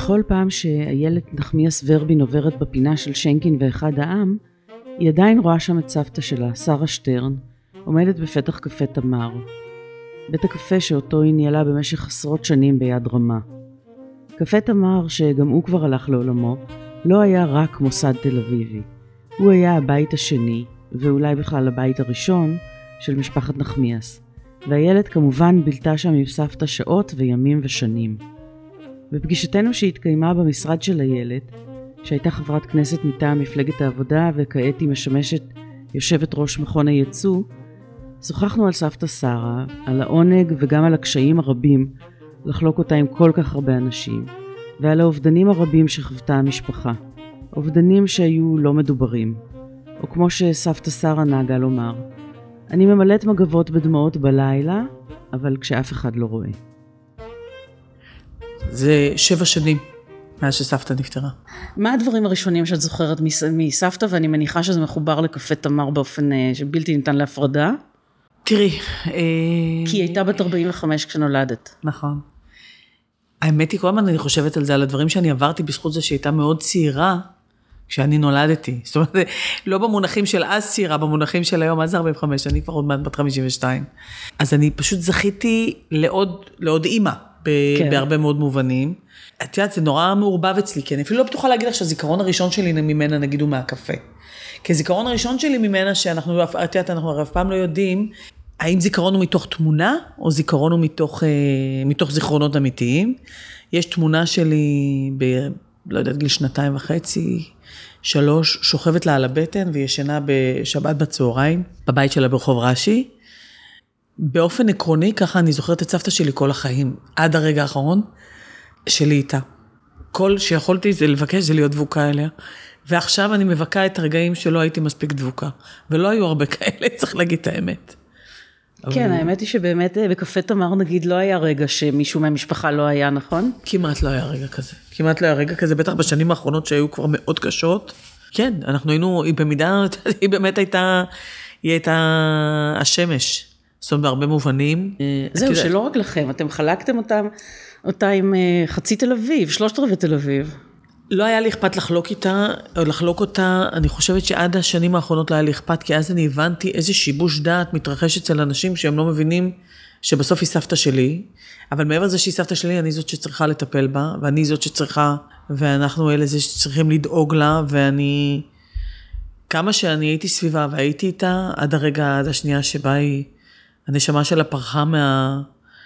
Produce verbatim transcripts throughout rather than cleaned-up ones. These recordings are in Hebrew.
בכל פעם שאיילת נחמיאס ורבין עוברת בפינה של שינקין ואחד העם, היא עדיין רואה שם את סבתא שלה, שרה שטרן, עומדת בפתח קפה תמר. בית הקפה שאותו היא ניהלה במשך עשרות שנים ביד רמה. קפה תמר, שגם הוא כבר הלך לעולמו, לא היה רק מוסד תל אביבי. הוא היה הבית השני, ואולי בכלל הבית הראשון, של משפחת נחמיאס. והילד כמובן בילתה שם עם סבתא שעות וימים ושנים. בפגישתנו שהתקיימה במשרד של הילד, שהייתה חברת כנסת מטעם מפלגת העבודה וכעת היא משמשת יושבת ראש מכון הייצוא, שוחחנו על סבתא שרה, על העונג וגם על הקשיים הרבים לחלוק אותה עם כל כך הרבה אנשים, ועל האובדנים הרבים שחוותה המשפחה, אובדנים שהיו לא מדוברים, או כמו שסבתא שרה נהגה לומר, אני ממלאת מגבות בדמעות בלילה, אבל כשאף אחד לא רואה. זה שבע שנים מאז שסבתא נפטרה. מה הדברים הראשונים שאת זוכרת מסבתא, ואני מניחה שזה מחובר לקפה תמר באופן שבלתי ניתן להפרדה? תראי. כי היא הייתה בת ארבעים וחמש כשנולדת. נכון. האמת היא, כל הזמן אני חושבת על זה, על הדברים שאני עברתי בזכות זה שהיא הייתה מאוד צעירה, כשאני נולדתי. זאת אומרת, לא במונחים של אז צעירה, במונחים של היום, אז ארבעים וחמש, אני כבר עוד מעט בת חמישים ושתיים. אז אני פשוט זכיתי לעוד, לעוד אימא, כן. בהרבה מאוד מובנים. את יודעת, זה נורא מעורבב אצלי, כי אני אפילו לא בטוחה להגיד לך שהזיכרון הראשון שלי ממנה, נגיד, הוא מהקפה. כי הזיכרון הראשון שלי ממנה, שאנחנו, את יודעת, אנחנו אף פעם לא יודעים, האם זיכרון הוא מתוך תמונה, או זיכרון הוא מתוך, מתוך זיכרונות אמיתיים. יש תמונה שלי, ב, לא יודעת, גיל שנתיים וחצי, שלוש, שוכבת לה על הבטן, וישנה בשבת בצהריים, בבית שלה ברחוב רש"י. באופן עקרוני, ככה אני זוכרת את סבתא שלי כל החיים, עד הרגע האחרון שלי איתה. כל שיכולתי זה לבקש, זה להיות דבוקה אליה. ועכשיו אני מבקה את הרגעים שלא הייתי מספיק דבוקה. ולא היו הרבה כאלה, צריך להגיד את האמת. כן, האמת היא שבאמת בקפה תמר נגיד לא היה רגע שמישהו מהמשפחה לא היה, נכון? כמעט לא היה רגע כזה. כמעט לא היה רגע כזה, בטח בשנים האחרונות שהיו כבר מאוד קשות. כן, אנחנו היינו, היא במידה, היא באמת הייתה, היא הייתה השמש. זאת אומרת, בהרבה מובנים. זהו, שלא רק לכם, אתם חלקתם אותם, אותה עם חצי תל אביב, שלושת רבעי תל אביב. לא היה לי אכפת לחלוק איתה, או לחלוק אותה, אני חושבת שעד השנים האחרונות לא היה לי אכפת, כי אז אני הבנתי איזה שיבוש דעת מתרחש אצל אנשים שהם לא מבינים שבסוף היא סבתא שלי, אבל מעבר לזה שהיא סבתא שלי, אני זאת שצריכה לטפל בה, ואני זאת שצריכה, ואנחנו אלה זה שצריכים לדאוג לה, ואני, כמה שאני הייתי סביבה והייתי איתה, עד הרגע, עד השנייה שבה היא, הנשמה שלה פרחה מה...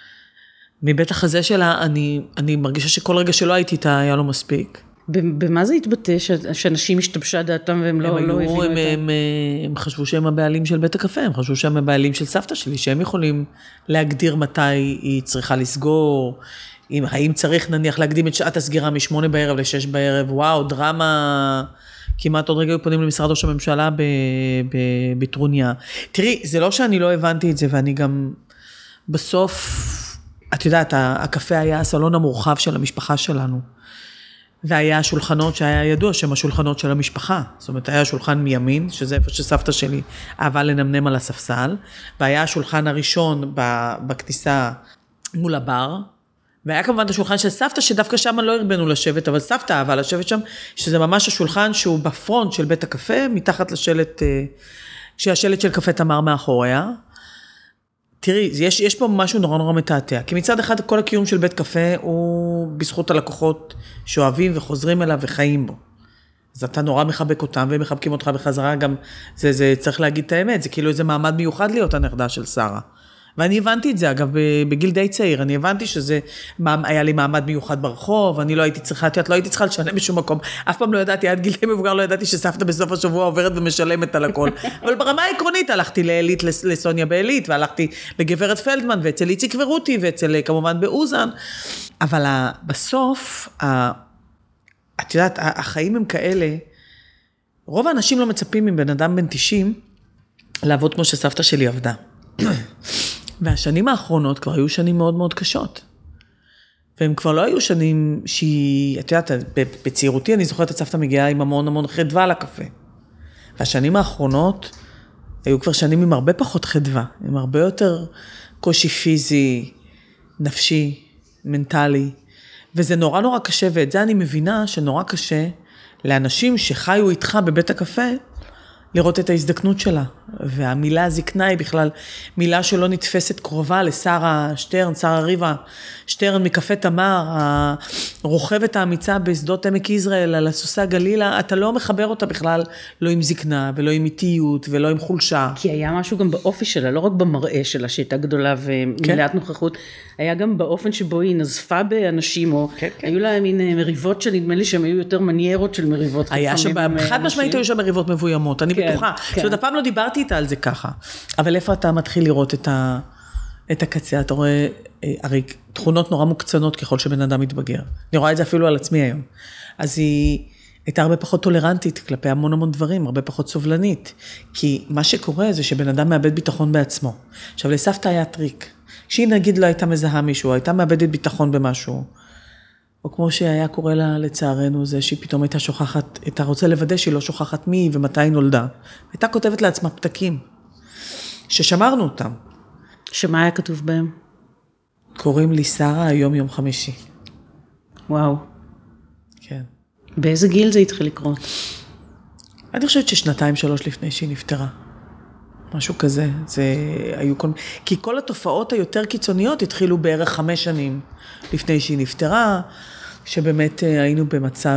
מבית החזה שלה, אני, אני מרגישה שכל רגע שלא הייתי איתה היה לו מספיק. במה זה התבטא שאנשים השתבשה דעתם והם לא הבינו אותם? הם, הם, הם חשבו שהם הבעלים של בית הקפה, הם חשבו שהם הבעלים של סבתא שלי, שהם יכולים להגדיר מתי היא צריכה לסגור, אם, האם צריך נניח להקדים את שעת הסגירה משמונה בערב לשש בערב, וואו, דרמה, כמעט עוד רגע היו פונים למשרד ראש הממשלה בטרוניה. תראי, זה לא שאני לא הבנתי את זה, ואני גם בסוף, את יודעת, הקפה היה הסלון המורחב של המשפחה שלנו. והיה השולחנות שהיה ידוע שהם השולחנות של המשפחה. זאת אומרת, היה שולחן מימין, שזה איפה שסבתא שלי אהבה לנמנם על הספסל, והיה השולחן הראשון בכניסה מול הבר, והיה כמובן השולחן של סבתא, שדווקא שם לא הרבנו לשבת, אבל סבתא אהבה לשבת שם, שזה ממש השולחן שהוא בפרונט של בית הקפה, מתחת לשלט, שהשלט של קפה תמר מאחוריה. תראי, יש, יש פה משהו נורא נורא מתעתע, כי מצד אחד כל הקיום של בית קפה הוא בזכות הלקוחות שאוהבים וחוזרים אליו וחיים בו. אז אתה נורא מחבק אותם ומחבקים אותך בחזרה, גם זה, זה צריך להגיד את האמת, זה כאילו איזה מעמד מיוחד להיות הנכדה של שרה. ואני הבנתי את זה, אגב, בגיל די צעיר, אני הבנתי שזה, היה לי מעמד מיוחד ברחוב, אני לא הייתי צריכה, את לא הייתי צריכה לשלם בשום מקום, אף פעם לא ידעתי, עד גיל די מבוגר לא ידעתי שסבתא בסוף השבוע עוברת ומשלמת על הכל, אבל ברמה העקרונית הלכתי לאלית, לסוניה באלית, והלכתי לגברת פלדמן, ואצל איציק ורותי, ואצל כמובן באוזן, אבל בסוף, את יודעת, החיים הם כאלה, רוב האנשים לא מצפים מבן אדם בן תשעים, לעבוד כמו שסבתא שלי עבדה. והשנים האחרונות כבר היו שנים מאוד מאוד קשות. והם כבר לא היו שנים שהיא, את יודעת, בצעירותי אני זוכרת את סבתא מגיעה עם המון המון חדווה לקפה. והשנים האחרונות היו כבר שנים עם הרבה פחות חדווה, עם הרבה יותר קושי פיזי, נפשי, מנטלי. וזה נורא נורא קשה, ואת זה אני מבינה שנורא קשה לאנשים שחיו איתך בבית הקפה, לראות את ההזדקנות שלה. והמילה זקנה היא בכלל מילה שלא נתפסת קרובה לשרה שטרן, שרה ריבה, שטרן מקפה תמר, הרוכבת האמיצה בשדות עמק יזרעאל, על הסוסי הגלילה, אתה לא מחבר אותה בכלל, לא עם זקנה, ולא עם איטיות, ולא עם חולשה. כי היה משהו גם באופי שלה, לא רק במראה שלה, שהייתה גדולה ומילאת כן. נוכחות, היה גם באופן שבו היא נזפה באנשים, או כן, כן. היו לה מין מריבות שנדמה לי שהן היו יותר מניירות של מריבות. היה שם, חד משמעית היו שם מריבות מבוימות, אני כן, בטוחה. כן. זאת אומרת, הפעם לא דיברתי איתה על זה ככה. אבל איפה אתה מתחיל לראות את, ה, את הקצה? אתה רואה, הרי תכונות נורא מוקצנות ככל שבן אדם מתבגר. אני רואה את זה אפילו על עצמי היום. אז היא הייתה הרבה פחות טולרנטית כלפי המון המון דברים, הרבה פחות סובלנית. כי מה שקורה זה שבן אדם מאבד ביטחון בעצמו. עכשיו, לסבתא היה טריק. כשהיא נגיד לא הייתה מזהה מישהו, הייתה מאבדת ביטחון במשהו, או כמו שהיה קורה לה לצערנו, זה שהיא פתאום הייתה שוכחת, הייתה רוצה לוודא שהיא לא שוכחת מי ומתי היא נולדה. הייתה כותבת לעצמה פתקים, ששמרנו אותם. שמה היה כתוב בהם? קוראים לי שרה היום יום חמישי. וואו. כן. באיזה גיל זה התחיל לקרות? אני חושבת ששנתיים שלוש לפני שהיא נפטרה. משהו כזה, זה היו כל... כי כל התופעות היותר קיצוניות התחילו בערך חמש שנים לפני שהיא נפטרה, שבאמת היינו במצב,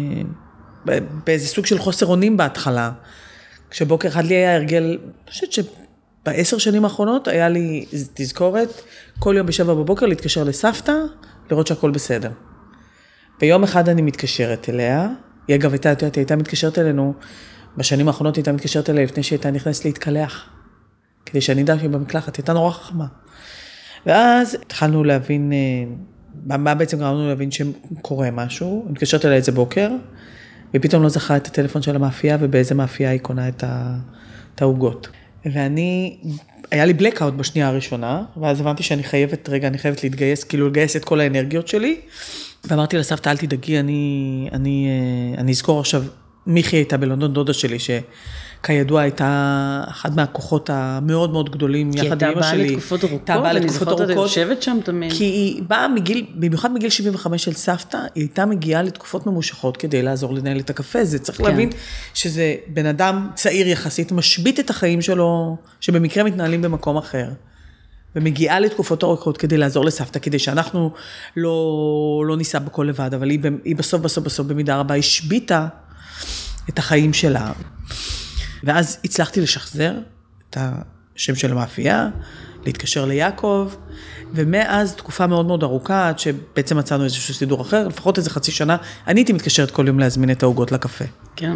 באיזה סוג של חוסר אונים בהתחלה. כשבוקר אחד לי היה הרגל, אני חושבת שבעשר שנים האחרונות היה לי תזכורת, כל יום בשבע בבוקר להתקשר לסבתא, לראות שהכל בסדר. ביום אחד אני מתקשרת אליה, היא אגב הייתה, הייתה, הייתה מתקשרת אלינו, בשנים האחרונות הייתה מתקשרת אליה לפני שהייתה נכנסת להתקלח, כדי שאני אדע שהיא במקלחת, הייתה נורא חכמה. ואז התחלנו להבין, מה בעצם גרמנו להבין שקורה משהו, היא מתקשרת אליה איזה בוקר, ופתאום לא זכה את הטלפון של המאפייה, ובאיזה מאפייה היא קונה את העוגות. ואני, היה לי בלקאוט בשנייה הראשונה, ואז הבנתי שאני חייבת, רגע, אני חייבת להתגייס, כאילו לגייס את כל האנרגיות שלי, ואמרתי לסבתא, אל תדאגי, אני, אני, אני אזכור עכשיו, מיכי הייתה בלונדון, דודה שלי, שכידוע הייתה אחד מהכוחות המאוד מאוד גדולים, יחד עם אמא שלי. כי הייתה באה לתקופות ארוכות, אני זוכרת את יושבת שם תמיד. כי היא באה מגיל, במיוחד מגיל שבעים וחמש של סבתא, היא הייתה מגיעה לתקופות ממושכות כדי לעזור לנהל את הקפה. זה צריך להבין שזה בן אדם צעיר יחסית, משבית את החיים שלו, שבמקרה מתנהלים במקום אחר. ומגיעה לתקופות ארוכות כדי לעזור לסבתא, כדי שאנחנו לא, לא ניסע בכל לבד, אבל היא, היא בסוף, בסוף, בסוף, במידה רבה, השביתה את החיים שלה. ואז הצלחתי לשחזר את השם של המאפייה, להתקשר ליעקב, ומאז תקופה מאוד מאוד ארוכה, עד שבעצם מצאנו איזשהו סידור אחר, לפחות איזה חצי שנה, אני הייתי מתקשרת כל יום להזמין את העוגות לקפה. כן.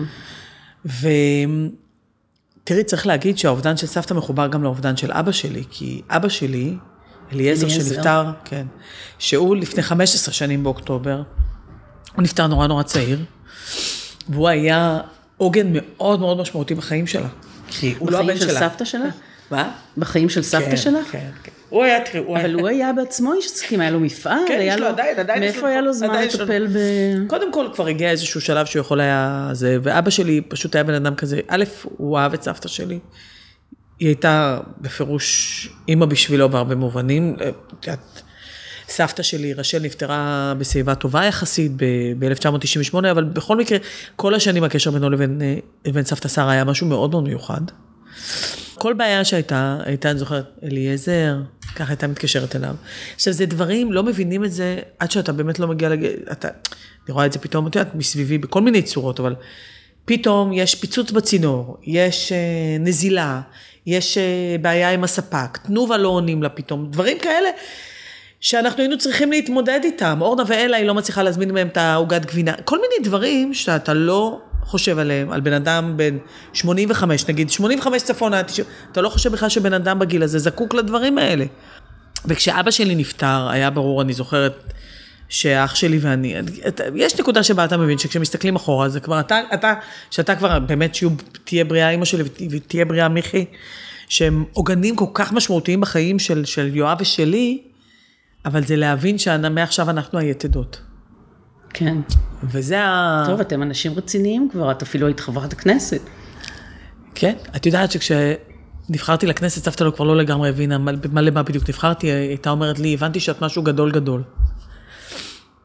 ותראי, צריך להגיד שהאובדן של סבתא מחובר גם לאובדן של אבא שלי, כי אבא שלי, אליעזר שנפטר, כן, שהוא לפני חמש עשרה שנים באוקטובר, הוא נפטר נורא נורא צעיר, והוא היה עוגן מאוד מאוד משמעותי בחיים שלה. בחיים של סבתא שלה? מה? בחיים של סבתא שלה? כן, כן. הוא היה, תראי, הוא היה... אבל הוא היה בעצמו איש עסקים, היה לו מפעל, כן, יש לו עדיין, עדיין. מאיפה היה לו זמן לטפל ב... קודם כל כבר הגיע איזשהו שלב שהוא יכול היה... ואבא שלי פשוט היה בן אדם כזה, א', הוא אהב את סבתא שלי, היא הייתה בפירוש אמא בשבילו בהרבה מובנים, סבתא שלי, רשל, נפטרה בשיבה טובה יחסית ב-אלף תשע מאות תשעים ושמונה, אבל בכל מקרה, כל השנים הקשר בינו לבין, לבין סבתא שרה היה משהו מאוד מאוד מיוחד. כל בעיה שהייתה, הייתה, אני זוכרת, אליעזר, ככה הייתה מתקשרת אליו. עכשיו, זה דברים, לא מבינים את זה, עד שאתה באמת לא מגיע לג... אתה, אני רואה את זה פתאום, אתה יודעת, מסביבי, בכל מיני צורות, אבל פתאום יש פיצוץ בצינור, יש uh, נזילה, יש uh, בעיה עם הספק, תנובה לא עונים לה פתאום, דברים כאלה, שאנחנו היינו צריכים להתמודד איתם. אורנה ואלה, היא לא מצליחה להזמין מהם את העוגת גבינה. כל מיני דברים שאתה לא חושב עליהם, על בן אדם בין שמונים וחמש, נגיד, שמונים וחמש צפון, אתה לא חושב בכלל שבן אדם בגיל הזה זקוק לדברים האלה. וכשאבא שלי נפטר, היה ברור, אני זוכרת, שאח שלי ואני, יש נקודה שבה אתה מבין, שכשמסתכלים אחורה, זה כבר, אתה, אתה, שאתה כבר באמת שתהיה בריאה אמא שלי, ותהיה בריאה מיכי, שהם עוגנים כל כך משמעותיים בחיים של, של יואב ושלי, אבל זה להבין שמעכשיו אנחנו היתדות. כן. וזה ה... טוב, אתם אנשים רציניים כבר, את אפילו היית חברת הכנסת. כן, את יודעת שכשנבחרתי לכנסת, סבתא לו כבר לא לגמרי הבינה, מה למה בדיוק נבחרתי, הייתה אומרת לי, הבנתי שאת משהו גדול גדול.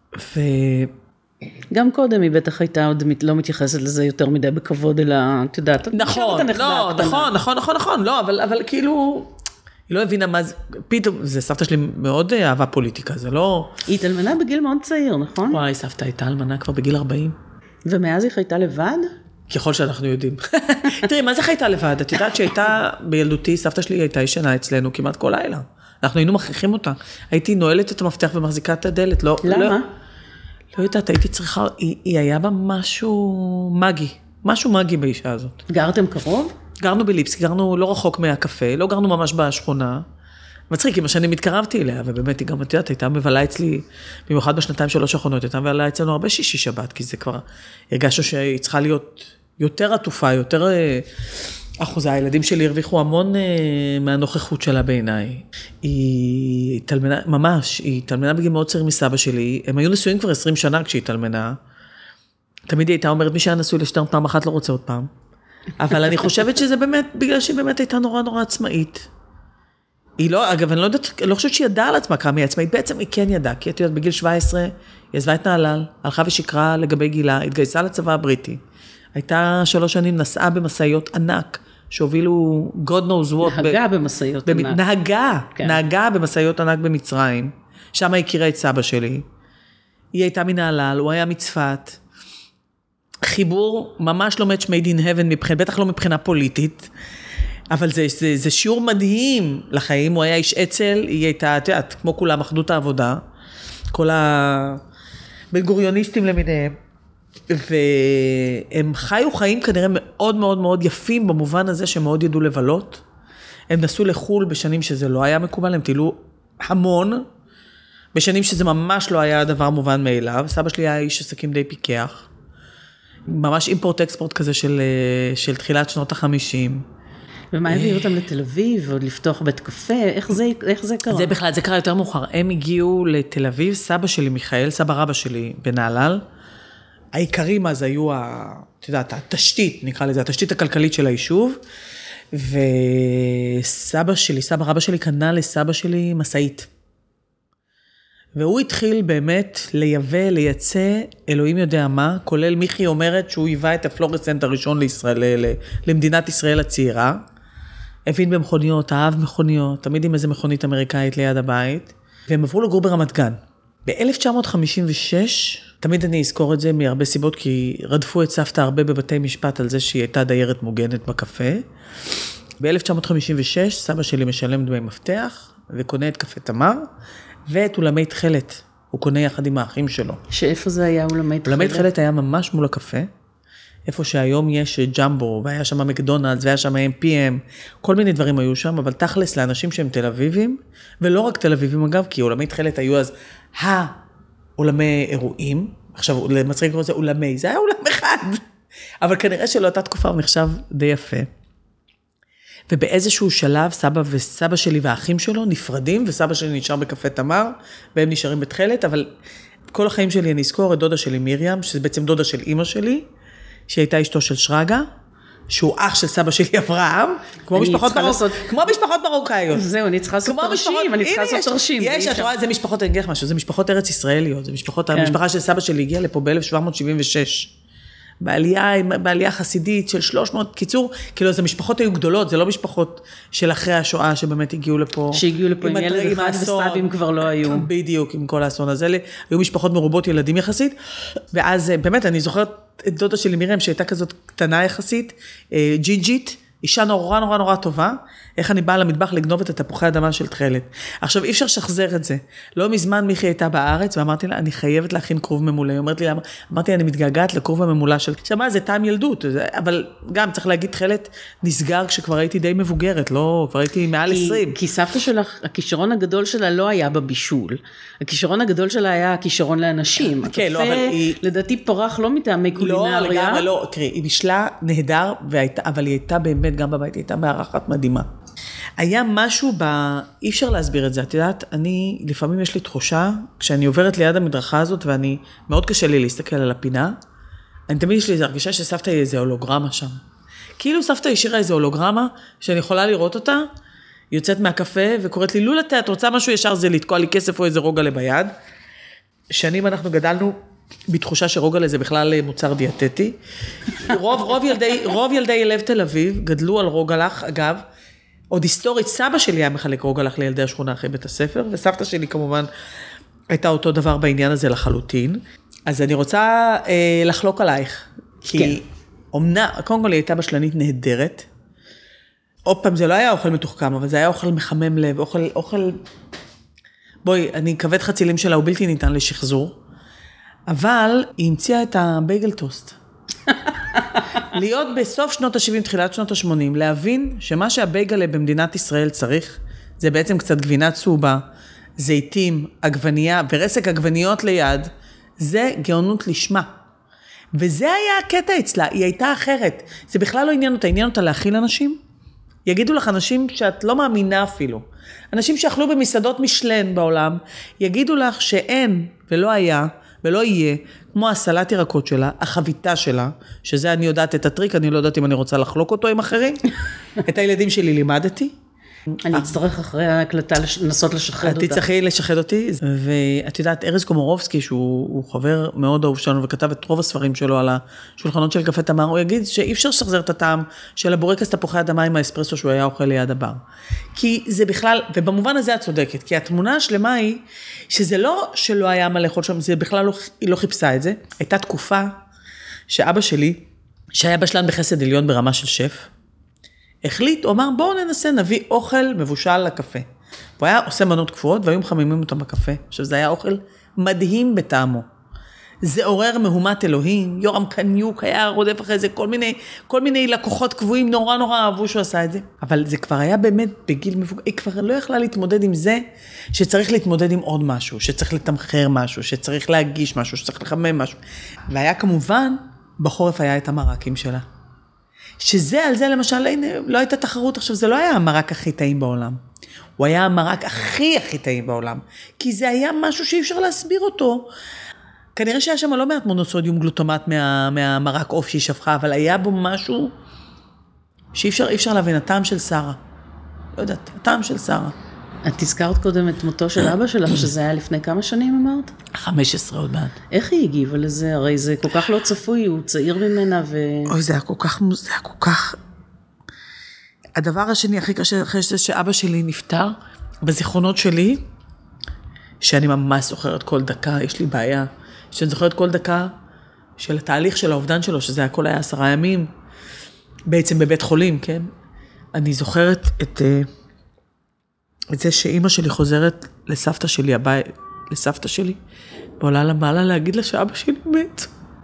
ו... גם קודם היא בטח הייתה עוד לא מתייחסת לזה יותר מדי בכבוד, אלא, את יודעת, נכון, לא, נכון, נכון, נכון, נכון, לא, אבל, אבל כאילו, היא לא הבינה מה זה, פתאום, זה סבתא שלי מאוד אהבה פוליטיקה, זה לא... היא התאלמנה בגיל מאוד צעיר, נכון? וואי, סבתא הייתה אלמנה כבר בגיל ארבעים. ומאז היא חייתה לבד? ככל שאנחנו יודעים. תראי, מה זה חייתה לבד? את יודעת שהייתה בילדותי, סבתא שלי הייתה ישנה אצלנו כמעט כל לילה. אנחנו היינו מכריחים אותה. הייתי נועלת את המפתח ומחזיקה את הדלת. לא, למה? לא, לא יודעת, הייתי צריכה, היא, היא היה בה משהו מגי, משהו מגי באישה הזאת. גרתם קרוב? גרנו בליפסקי, גרנו לא רחוק מהקפה, לא גרנו ממש בשכונה. מצחיק, עם השנים התקרבתי אליה, ובאמת היא גם, את יודעת, הייתה מבלה אצלי, במיוחד בשנתיים שלוש האחרונות, הייתה מבלה אצלנו הרבה שישי שבת, כי זה כבר, הרגשנו שהיא צריכה להיות יותר עטופה, יותר אחוזה. הילדים שלי הרוויחו המון מהנוכחות שלה בעיניי. היא התאלמנה, ממש, היא התאלמנה בגיל מאוד צעיר מסבא שלי, הם היו נשואים כבר עשרים שנה כשהיא התאלמנה, תמיד היא הייתה אומרת, מי שהיה נשוי לשטרן פעם אחת לא רוצה עוד פעם, אבל אני חושבת שזה באמת, בגלל שהיא באמת הייתה נורא נורא עצמאית. היא לא, אגב, אני לא יודעת, לא חושבת שהיא ידעה על עצמה כמה היא עצמאית, בעצם היא כן ידעה, כי את יודעת, בגיל שבע עשרה, היא עזבה את נהלל, הלכה ושקרה לגבי גילה, התגייסה לצבא הבריטי, הייתה שלוש שנים, נסעה במסעיות ענק, שהובילו God knows what. נהגה במסעיות ענק. נהגה, כן. נהגה במסעיות ענק במצרים, שם הכירה את סבא שלי, היא הייתה מנהלל, הוא היה מצפת, חיבור ממש לא match made in heaven, מבחינה, בטח לא מבחינה פוליטית, אבל זה, זה, זה שיעור מדהים לחיים, הוא היה איש אצל, היא הייתה, את יודעת, כמו כולם, אחדות העבודה, כל הבן-גוריוניסטים למיניהם, והם חיו חיים כנראה מאוד מאוד מאוד יפים, במובן הזה שהם מאוד ידעו לבלות, הם נסעו לחול בשנים שזה לא היה מקובל, הם טילו המון, בשנים שזה ממש לא היה דבר מובן מאליו, סבא שלי היה איש עסקים די פיקח, ממש אימפורט-אקספורט כזה של, של תחילת שנות החמישים, ומה הביא אותם לתל אביב, או לפתוח בית קפה, איך זה, איך זה קרה? זה בכלל, זה קרה יותר מאוחר. הם הגיעו לתל אביב, סבא שלי מיכאל, סבא רבא שלי בנהלל, העיקרים אז היו, את יודעת, התשתית, נקרא לזה, התשתית הכלכלית של היישוב, וסבא שלי, סבא רבא שלי קנה לסבא שלי מסעית. והוא התחיל באמת לייבא, לייצא, אלוהים יודע מה, כולל מיכי אומרת שהוא היווה את הפלורסנט הראשון לישראל, למדינת ישראל הצעירה, הבין במכוניות, אהב מכוניות, תמיד עם איזה מכונית אמריקאית ליד הבית, והם עברו לגור ברמת גן. ב-אלף תשע מאות חמישים ושש, תמיד אני אזכור את זה מהרבה סיבות, כי רדפו את סבתא הרבה בבתי משפט על זה שהיא הייתה דיירת מוגנת בקפה. ב-אלף תשע מאות חמישים ושש, סבא שלי משלם דמי מפתח, וקונה את קפה תמר, ואת אולמי תחלת, הוא קונה יחד עם האחים שלו. שאיפה זה היה אולמי תחלת? אולמי תחלת היה ממש מול הקפה, איפה שהיום יש ג'מבו, והיה שם מקדונלדס, והיה שם אם פי אם, כל מיני דברים היו שם, אבל תכלס לאנשים שהם תל אביבים, ולא רק תל אביבים אגב, כי אולמי תחלת היו אז האולמי אירועים, עכשיו למצחיק לקרוא לזה אולמי, זה היה אולם אחד, אבל כנראה שלא הייתה תקופה, הוא נחשב די יפה. ובאיזשהו שלב סבא וסבא שלי והאחים שלו נפרדים, וסבא שלי נשאר בקפה תמר, והם נשארים בתחלת, אבל כל החיים שלי אני אזכור את דודה שלי מיריam, שזה בעצם דודה של אמא שלי, שהייתה אשתו של שרגא, שהוא אח של סבא שלי אברהם, כמו משפחות מרוקאיות. כמו משפחות מרוקאיות. זהו, אני צריכה לעשות תרשים, אני צריכה לעשות תרשים. יש, את רואה, זה משפחות, אני אגיד לך משהו, זה משפחות ארץ ישראליות, זה משפחות, המשפחה של סבא שלי הגיעה לפה ב-אלף שבע מאות שבעים ושש. בעלייה, בעלייה חסידית של שלוש מאות, קיצור, כאילו, זה משפחות היו גדולות, זה לא משפחות של אחרי השואה שבאמת הגיעו לפה. שהגיעו לפה עם ילד אחד וסבים כבר לא היו. בדיוק, עם כל האסון הזה. היו משפחות מרובות ילדים יחסית, ואז באמת אני זוכרת את דודה שלי מיריam, שהייתה כזאת קטנה יחסית, ג'ינג'ית, אישה נורא נורא נורא טובה, איך אני באה למטבח לגנוב את התפוחי האדמה של תחלת. עכשיו, אי אפשר לשחזר את זה. לא מזמן מיכי הייתה בארץ, ואמרתי לה, אני חייבת להכין כרוב ממולא. היא אומרת לי, אמרתי, אני מתגעגעת לכרוב הממולא של... שמה, זה טעם ילדות, אבל גם צריך להגיד, תחלת נסגר כשכבר הייתי די מבוגרת, לא, כבר הייתי מעל עשרים. כי סבתא שלך, הכישרון הגדול שלה לא היה בבישול. הכישרון הגדול שלה היה הכישרון לאנשים. כן, לא, אבל היא... לדעתי פרח לא מטעמי קולינריה. לא, לגמרי לא. תראי, היא בישלה נהדר, אבל היא הייתה באמת גם בבית, היא הייתה מארחת מדהימה. היה משהו ב... אי אפשר להסביר את זה, את יודעת, אני, לפעמים יש לי תחושה, כשאני עוברת ליד המדרכה הזאת, ואני, מאוד קשה לי להסתכל על הפינה, אני תמיד יש לי איזו הרגשה שסבתא היא איזו הולוגרמה שם. כאילו סבתא השאירה איזו הולוגרמה, שאני יכולה לראות אותה, יוצאת מהקפה, וקוראת לי, לולה, את רוצה משהו ישר זה לתקוע לי כסף או איזה רוגע ביד, שנים אנחנו גדלנו בתחושה שרוגלה זה בכלל מוצר דיאטטי. רוב, רוב ילדי, רוב ילדי לב תל אביב גדלו על רוגלח, אגב, עוד היסטורית, סבא שלי היה מחלק רוגלח לילדי השכונה אחרי בית הספר, וסבתא שלי כמובן הייתה אותו דבר בעניין הזה לחלוטין. אז אני רוצה אה, לחלוק עלייך, כי כן. אומנה, קודם כל היא הייתה בשלנית נהדרת, עוד פעם זה לא היה אוכל מתוחכם, אבל זה היה אוכל מחמם לב, אוכל, אוכל, בואי, אני כבד חצילים שלה, הוא בלתי ניתן לשחזור, אבל היא המציאה את הבייגל טוסט. להיות בסוף שנות ה-שבעים, תחילת שנות ה-שמונים, להבין שמה שהבייגלה במדינת ישראל צריך, זה בעצם קצת גבינה צהובה, זיתים, עגבנייה, ורסק עגבניות ליד, זה גאונות לשמה. וזה היה הקטע אצלה, היא הייתה אחרת. זה בכלל לא עניין אותה, עניין אותה להכיל אנשים. יגידו לך אנשים שאת לא מאמינה אפילו. אנשים שאכלו במסעדות משלן בעולם, יגידו לך שאין ולא היה ולא יהיה, כמו הסלט ירקות שלה, החביתה שלה, שזה אני יודעת את הטריק, אני לא יודעת אם אני רוצה לחלוק אותו עם אחרים. את הילדים שלי לימדתי. אני אצטרך אחרי ההקלטה לנסות לשחד אותה. תצטרכי לשחד אותי, ואת יודעת, ארז קומורובסקי, שהוא חבר מאוד אהוב שלנו, וכתב את רוב הספרים שלו על השולחנות של קפה תמר, הוא יגיד שאי אפשר לשחזר את הטעם של הבורקס תפוחי אדמה עם האספרסו שהוא היה אוכל ליד הבר. כי זה בכלל, ובמובן הזה את צודקת, כי התמונה השלמה היא, שזה לא שלא היה מה לאכול שם, זה בכלל לא, היא לא חיפשה את זה. הייתה תקופה שאבא שלי, שהיה בשלן בחסד עליון ברמה של שף, החליט, הוא אמר, בואו ננסה, נביא אוכל מבושל לקפה. הוא היה עושה מנות קפואות, והיו מחממים אותם בקפה. עכשיו, זה היה אוכל מדהים בטעמו. זה עורר מהומת אלוהים, יורם קניוק היה רודף אחרי זה, כל מיני, כל מיני לקוחות קבועים, נורא נורא אהבו שהוא עשה את זה. אבל זה כבר היה באמת בגיל מבוגר, היא כבר לא יכלה להתמודד עם זה, שצריך להתמודד עם עוד משהו, שצריך לתמחר משהו, שצריך להגיש משהו, שצריך לחמם משהו. והיה כמובן, בחורף היה את המרקים שלה. שזה על זה למשל, לא הייתה תחרות עכשיו, זה לא היה המרק הכי טעים בעולם. הוא היה המרק הכי הכי טעים בעולם. כי זה היה משהו שאי אפשר להסביר אותו. כנראה שהיה שם לא מעט מונוסודיום גלוטומט מה, מהמרק אוף שהיא שפכה, אבל היה בו משהו שאי אפשר, אי אפשר להבין, הטעם של שרה. לא יודעת, הטעם של שרה. את הזכרת קודם את מותו של אבא שלך, שזה היה לפני כמה שנים אמרת? חמש עשרה עוד מעט. איך היא הגיבה לזה? הרי זה כל כך לא צפוי, הוא צעיר ממנה ו... אוי, זה היה כל כך, זה היה כל כך... הדבר השני הכי קשה אחרי זה שאבא שלי נפטר, בזיכרונות שלי, שאני ממש זוכרת כל דקה, יש לי בעיה, שאני זוכרת כל דקה של התהליך של האובדן שלו, שזה הכל היה עשרה ימים, בעצם בבית חולים, כן? אני זוכרת את... את זה שאימא שלי חוזרת לסבתא שלי, הבית, לסבתא שלי, ועולה למעלה להגיד לה שאבא שלי מת.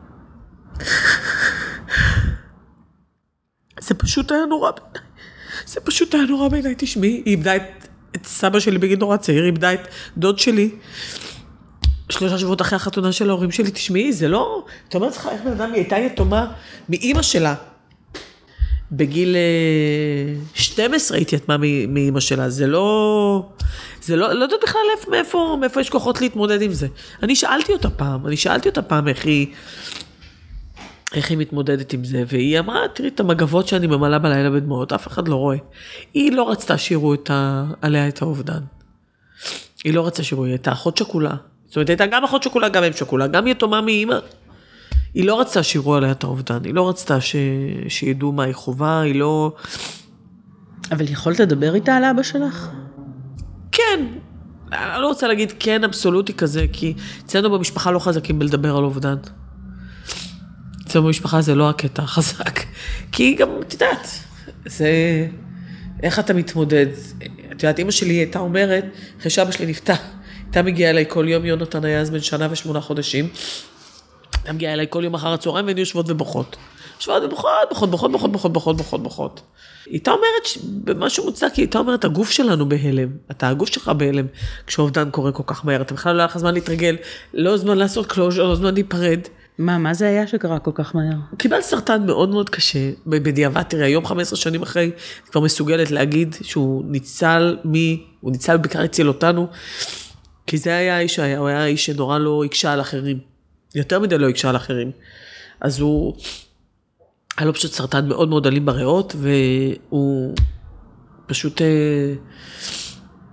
זה פשוט היה נורא בעיניי. זה פשוט היה נורא בעיניי, תשמעי. היא איבדה את, את סבא שלי בגיל נורא צעיר, היא איבדה את דוד שלי, שלושה שבועות אחרי החתונה של ההורים שלי, תשמעי, זה לא... אתה אומר לך, איך בן אדם, היא הייתה יתומה מאימא שלה, בגיל שתים עשרה התייתמה מאמא שלה, זה לא, זה לא, לא יודעת בכלל מאיפה, מאיפה יש כוחות להתמודד עם זה. אני שאלתי אותה פעם, אני שאלתי אותה פעם איך היא, איך היא מתמודדת עם זה, והיא אמרה, תראי את המגבות שאני ממלאה בלילה בדמעות, אף אחד לא רואה. היא לא רצתה שיראו את ה, עליה את האובדן. היא לא רצתה שיראו, היא הייתה אחות שכולה. זאת אומרת, הייתה גם אחות שכולה, גם אם שכולה, גם יתומה מאמא. היא לא רצתה שיראו עליה את האובדן, היא לא רצתה ש... שידעו מה היא חובה, היא לא... אבל יכולת לדבר איתה על אבא שלך? כן, אני לא רוצה להגיד כן אבסולוטי כזה, כי אצלנו במשפחה לא חזקים בלדבר על אובדן. אצלנו במשפחה זה לא הקטע החזק, כי גם, את יודעת, זה... איך אתה מתמודד? את יודעת, אמא שלי הייתה אומרת, אחרי שאבא שלי נפטר, הייתה מגיעה אליי כל יום, יונתן היה אז בן שנה ושמונה חודשים, הייתה מגיעה אליי כל יום אחר הצהריים, והיינו יושבות ובוכות. יושבות ובוכות, בוכות, בוכות, בוכות, בוכות, בוכות, בוכות, בוכות. היא הייתה אומרת, במשהו מוצדק, היא הייתה אומרת, הגוף שלנו בהלם, אתה הגוף שלך בהלם, כשאובדן קורה כל כך מהר, אתה בכלל לא היה לך זמן להתרגל, לא זמן לעשות קלוז'ר, לא זמן להיפרד. מה, מה זה היה שקרה כל כך מהר? הוא קיבל סרטן מאוד מאוד קשה, בדיעבד, תראה, היום חמש עשרה שנים אחרי, כבר מסוגלת להגיד שהוא ניצל מי, הוא ניצל בעיקר הציל אותנו, כי זה היה האיש שהיה, הוא היה האיש שנורא לא הקשה על אחרים, יותר מדי לא הקשה על אחרים. אז הוא, היה לו פשוט סרטן מאוד מאוד אלים בריאות, והוא פשוט,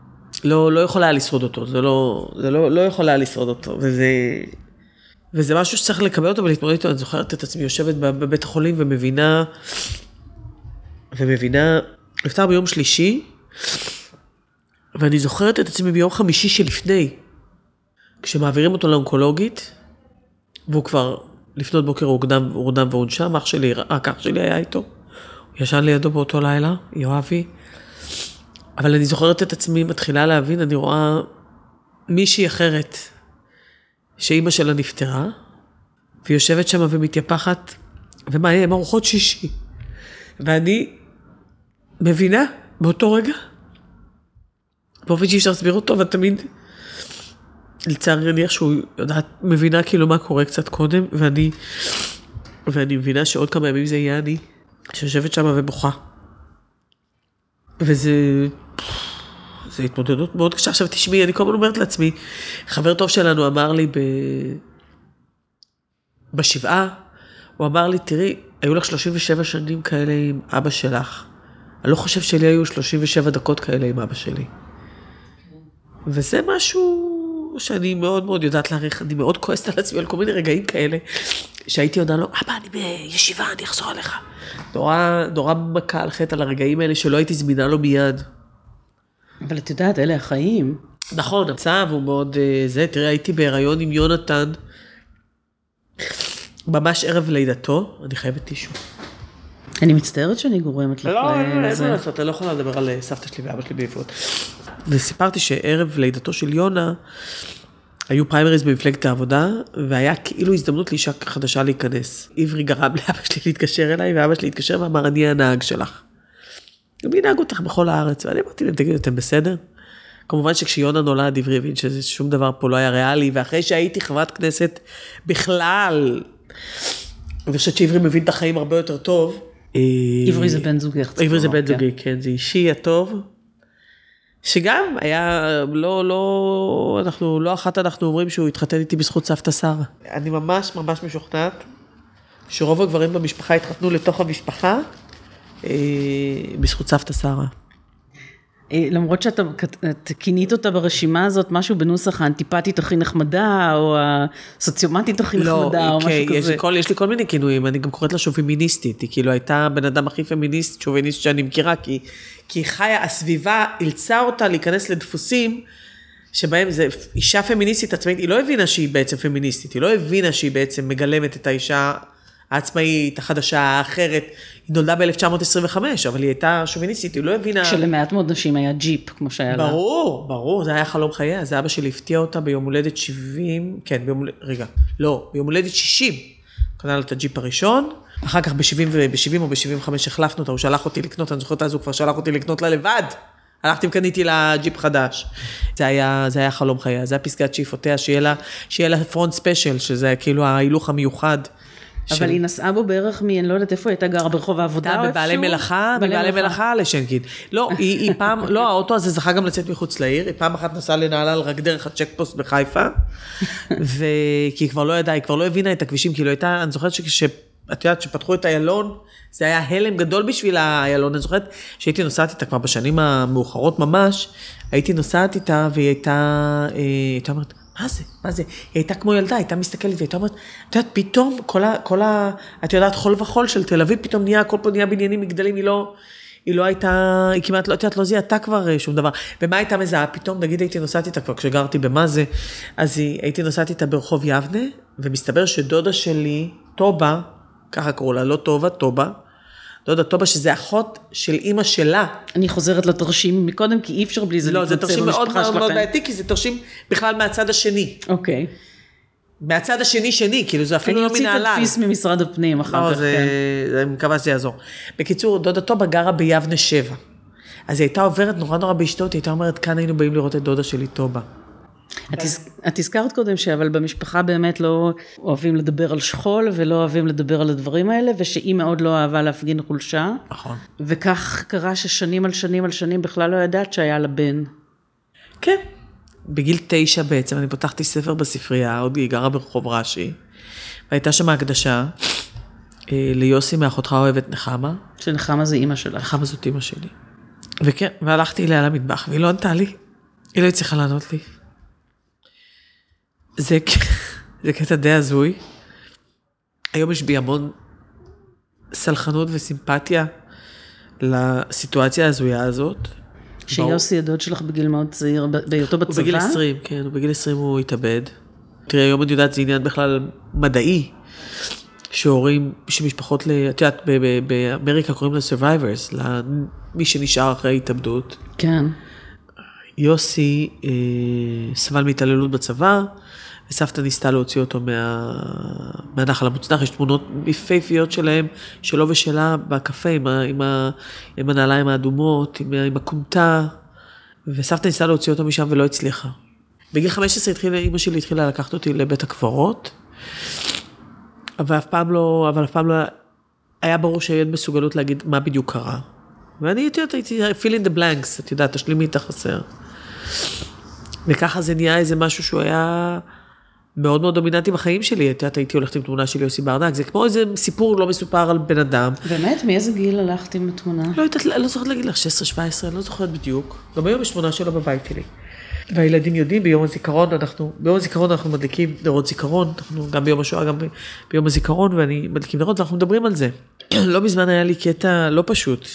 לא, לא יכולה לשרוד אותו, זה לא, זה לא, לא יכולה לשרוד אותו, וזה, וזה משהו שצריך לקבל אותו ולהתמודד איתו. אני זוכרת את עצמי יושבת בבית החולים ומבינה, ומבינה, נפטר ביום שלישי, ואני זוכרת את עצמי ביום חמישי שלפני, כשמעבירים אותו לאונקולוגית, והוא כבר לפנות בוקר הורדם, הורדם והונשם, אח שלי, רק אח שלי היה איתו, הוא ישן לידו באותו לילה, יואבי, אבל אני זוכרת את עצמי, מתחילה להבין, אני רואה מישהי אחרת, שאימא שלה נפטרה, והיא יושבת שם ומתייפחת, ומה יהיה, עם ארוחות שישי, ואני מבינה באותו רגע, באופן שאי אפשר להסביר אותו, ותמיד, לצערי אני איכשהו יודעת, מבינה כאילו מה קורה קצת קודם, ואני, ואני מבינה שעוד כמה ימים זה יהיה אני, שיושבת שם ובוכה. וזה, זה התמודדות מאוד קשה. עכשיו תשמעי, אני כל הזמן אומרת לעצמי, חבר טוב שלנו אמר לי ב... בשבעה, הוא אמר לי, תראי, היו לך שלושים ושבע שנים כאלה עם אבא שלך. אני לא חושב שלי היו שלושים ושבע דקות כאלה עם אבא שלי. וזה משהו שאני מאוד מאוד יודעת להעריך, אני מאוד כועסת על עצמי על כל מיני רגעים כאלה, שהייתי יודעת לו, אבא, אני בישיבה, אני אחזור עליך. נורא, נורא מכה על חטא על הרגעים האלה שלא הייתי זמינה לו מיד. אבל את יודעת, אלה החיים. נכון, המצב הוא מאוד זה, תראה, הייתי בהיריון עם יונתן, ממש ערב לידתו, אני חייבת טישו. אני מצטערת שאני גורמת לך. לא, לא, אין מה לעשות, אני לא יכולה לדבר על סבתא שלי ואבא שלי בעברית. וסיפרתי שערב לידתו של יונה, היו פריימריז במפלגת העבודה, והיה כאילו הזדמנות לאישה חדשה להיכנס. עברי גרם לאבא שלי להתקשר אליי, ואבא שלי להתקשר ואמר, אני הנהג שלך. ומי נהג אותך בכל הארץ? ואני אמרתי להם, תגידו, אתם בסדר? כמובן שכשיונה נולד, עברי הבין ששום דבר פה לא היה ריאלי, ואחרי שהייתי חברת כנסת בכלל, אני חושבת שעברי מבין את החיים הרבה יותר טוב. עברי זה בן זוגי. עברי זה בן זוגי, כן, זה אישי הטוב. שגם היה, לא, לא, אנחנו, לא אחת אנחנו אומרים שהוא התחתן איתי בזכות סבתא שרה. אני ממש ממש משוכנעת, שרוב הגברים במשפחה התחתנו לתוך המשפחה, אה, בזכות סבתא שרה. למרות שאתה כינית אותה ברשימה הזאת, משהו בנוסח האנטיפטית הכי נחמדה, או הסוציומטית הכי נחמדה, או משהו כזה. יש לי כל מיני כינויים, אני גם קוראת לה שוביניסטית, היא כאילו הייתה בן אדם הכי פמיניסט, שוביניסט שאני מכירה, כי היא חיה, הסביבה אילצה אותה להיכנס לדפוסים, שבהם זה אישה פמיניסטית עצמאית, היא לא הבינה שהיא בעצם פמיניסטית, היא לא הבינה שהיא בעצם מגלמת את האישה העצמאית, החדשה, האחרת, היא נולדה ב-אלף תשע מאות עשרים וחמש, אבל היא הייתה שוביניסטית, היא לא הבינה... שלמעט מאוד נשים היה ג'יפ, כמו שהיה לה. ברור, ברור, זה היה חלום חייה, זה אבא שלי הפתיע אותה ביום הולדת שבעים, כן, ביום הולדת, רגע, לא, ביום הולדת שישים, קנה לה את הג'יפ הראשון, אחר כך ב-שבעים או ב-שבעים וחמש החלפנו אותה, הוא שלח אותי לקנות, אני זוכרת אז הוא כבר שלח אותי לקנות לה לבד, הלכתי וקניתי לה ג'יפ חדש. זה היה, זה היה חלום חייה, זה היה פסגת שאיפותיה, שיהיה לה, שיהיה לה פרונט ספיישל, שזה כאילו ההילוך המיוחד. אבל היא נסעה בו בערך מי, אני לא יודעת איפה היא הייתה גרה ברחוב העבודה או איפשהו? בבעלי מלאכה, בבעלי מלאכה לשנקין. לא, היא פעם, לא, האוטו הזה זכה גם לצאת מחוץ לעיר, היא פעם אחת נסעה לנהלל רק דרך הצ'קפוסט בחיפה, כי היא כבר לא ידעה, היא כבר לא הבינה את הכבישים, כי לא הייתה, אני זוכרת שאת יודעת, שפתחו את איילון, זה היה הלם גדול בשביל האיילון, אני זוכרת שהייתי נוסעת איתה כבר בשנים המאוחרות ממש, הייתי נוסעת איתה והיא הייתה, הייתה אומרת, מה זה? מה זה? היא הייתה כמו ילדה, הייתה מסתכלת והייתה אומרת, את יודעת, פתאום כל ה, כל ה, את יודעת, חול וחול של תל אביב, פתאום נהיה, כל פה נהיה בניינים מגדלים, היא לא, היא לא הייתה, היא כמעט לא, את יודעת, לא זיהתה כבר שום דבר. ומה הייתה מזהה? פתאום, נגיד, הייתי נוסעת איתה כבר, כשגרתי במה זה, אז היא, הייתי נוסעת איתה ברחוב יבנה, ומסתבר שדודה שלי, טובה, ככה קראו לה, לא טובה, טובה, דודה טובה, שזה אחות של אימא שלה. אני חוזרת לתרשים מקודם, כי אי אפשר בלי זה לא, זה תרשים מאוד מאוד בעייתי, כי זה תרשים בכלל מהצד השני. אוקיי. מהצד השני שני, כאילו זה אפילו לא מנהלל. אני אוציא תדפיס ממשרד הפנים אחר כך. אני מקווה שזה יעזור. בקיצור, דודה טובה גרה ביבנה שבע. אז היא הייתה עוברת נורא נורא באשתות, היא הייתה אומרת, כאן היינו באים לראות את דודה שלי טובה. את הזכרת קודם שאבל במשפחה באמת לא אוהבים לדבר על שכול ולא אוהבים לדבר על הדברים האלה, ושהיא מאוד לא אהבה להפגין חולשה. נכון. וכך קרה ששנים על שנים על שנים בכלל לא ידעת שהיה לה בן. כן. בגיל תשע בעצם אני פותחתי ספר בספרייה, עוד היא גרה ברחוב רש"י, והייתה שם הקדשה ליוסי מאחותך אוהבת נחמה. שנחמה זה אימא שלה. נחמה זאת אימא שלי. וכן, והלכתי אליה למטבח, והיא לא ענתה לי. היא לא הצליחה לענות לי. זה, זה קטע די הזוי. היום יש בי המון סלחנות וסימפתיה לסיטואציה הזויה הזאת. שיוסי הדוד שלך בגיל מאוד צעיר, בהיותו בצבא? הוא בגיל עשרים, כן, הוא בגיל עשרים הוא התאבד. תראה, היום אני יודעת, זה עניין בכלל מדעי, שהורים, שמשפחות, את יודעת, באמריקה קוראים ל-survivors, למי שנשאר אחרי התאבדות. כן. יוסי אה, סבל מהתעללות בצבא, וסבתא ניסתה להוציא אותו מה, מהנחל המוצנח. יש תמונות יפהפיות שלהם, שלו ושלה, בקפה, עם, ה, עם, ה, עם הנעליים האדומות, עם, עם הקומטה, וסבתא ניסתה להוציא אותו משם ולא הצליחה. בגיל חמש עשרה התחילה, אמא שלי התחילה לקחת אותי לבית הקברות, אבל אף פעם לא, אבל אף פעם לא, היה ברור שאין מסוגלות להגיד מה בדיוק קרה. ואני יודעת, הייתי fill in the blanks, את יודעת, תשלימי את החסר. וככה זה נהיה איזה משהו שהוא היה מאוד מאוד דומיננטי בחיים שלי. את יודעת, הייתי הולכת עם תמונה של יוסי ברנק, זה כמו איזה סיפור לא מסופר על בן אדם. באמת? מאיזה גיל הלכת עם התמונה? לא יודעת, לא זוכרת להגיד לך, שש עשרה שבע עשרה, אני לא זוכרת בדיוק. גם היום יש תמונה שלו בבית שלי. והילדים יודעים, ביום הזיכרון אנחנו, ביום הזיכרון אנחנו מדליקים נרות זיכרון, אנחנו גם ביום השואה, גם ביום הזיכרון, ואני מדליקים נרות, ואנחנו מדברים על זה. לא מזמן היה לי קטע לא פשוט,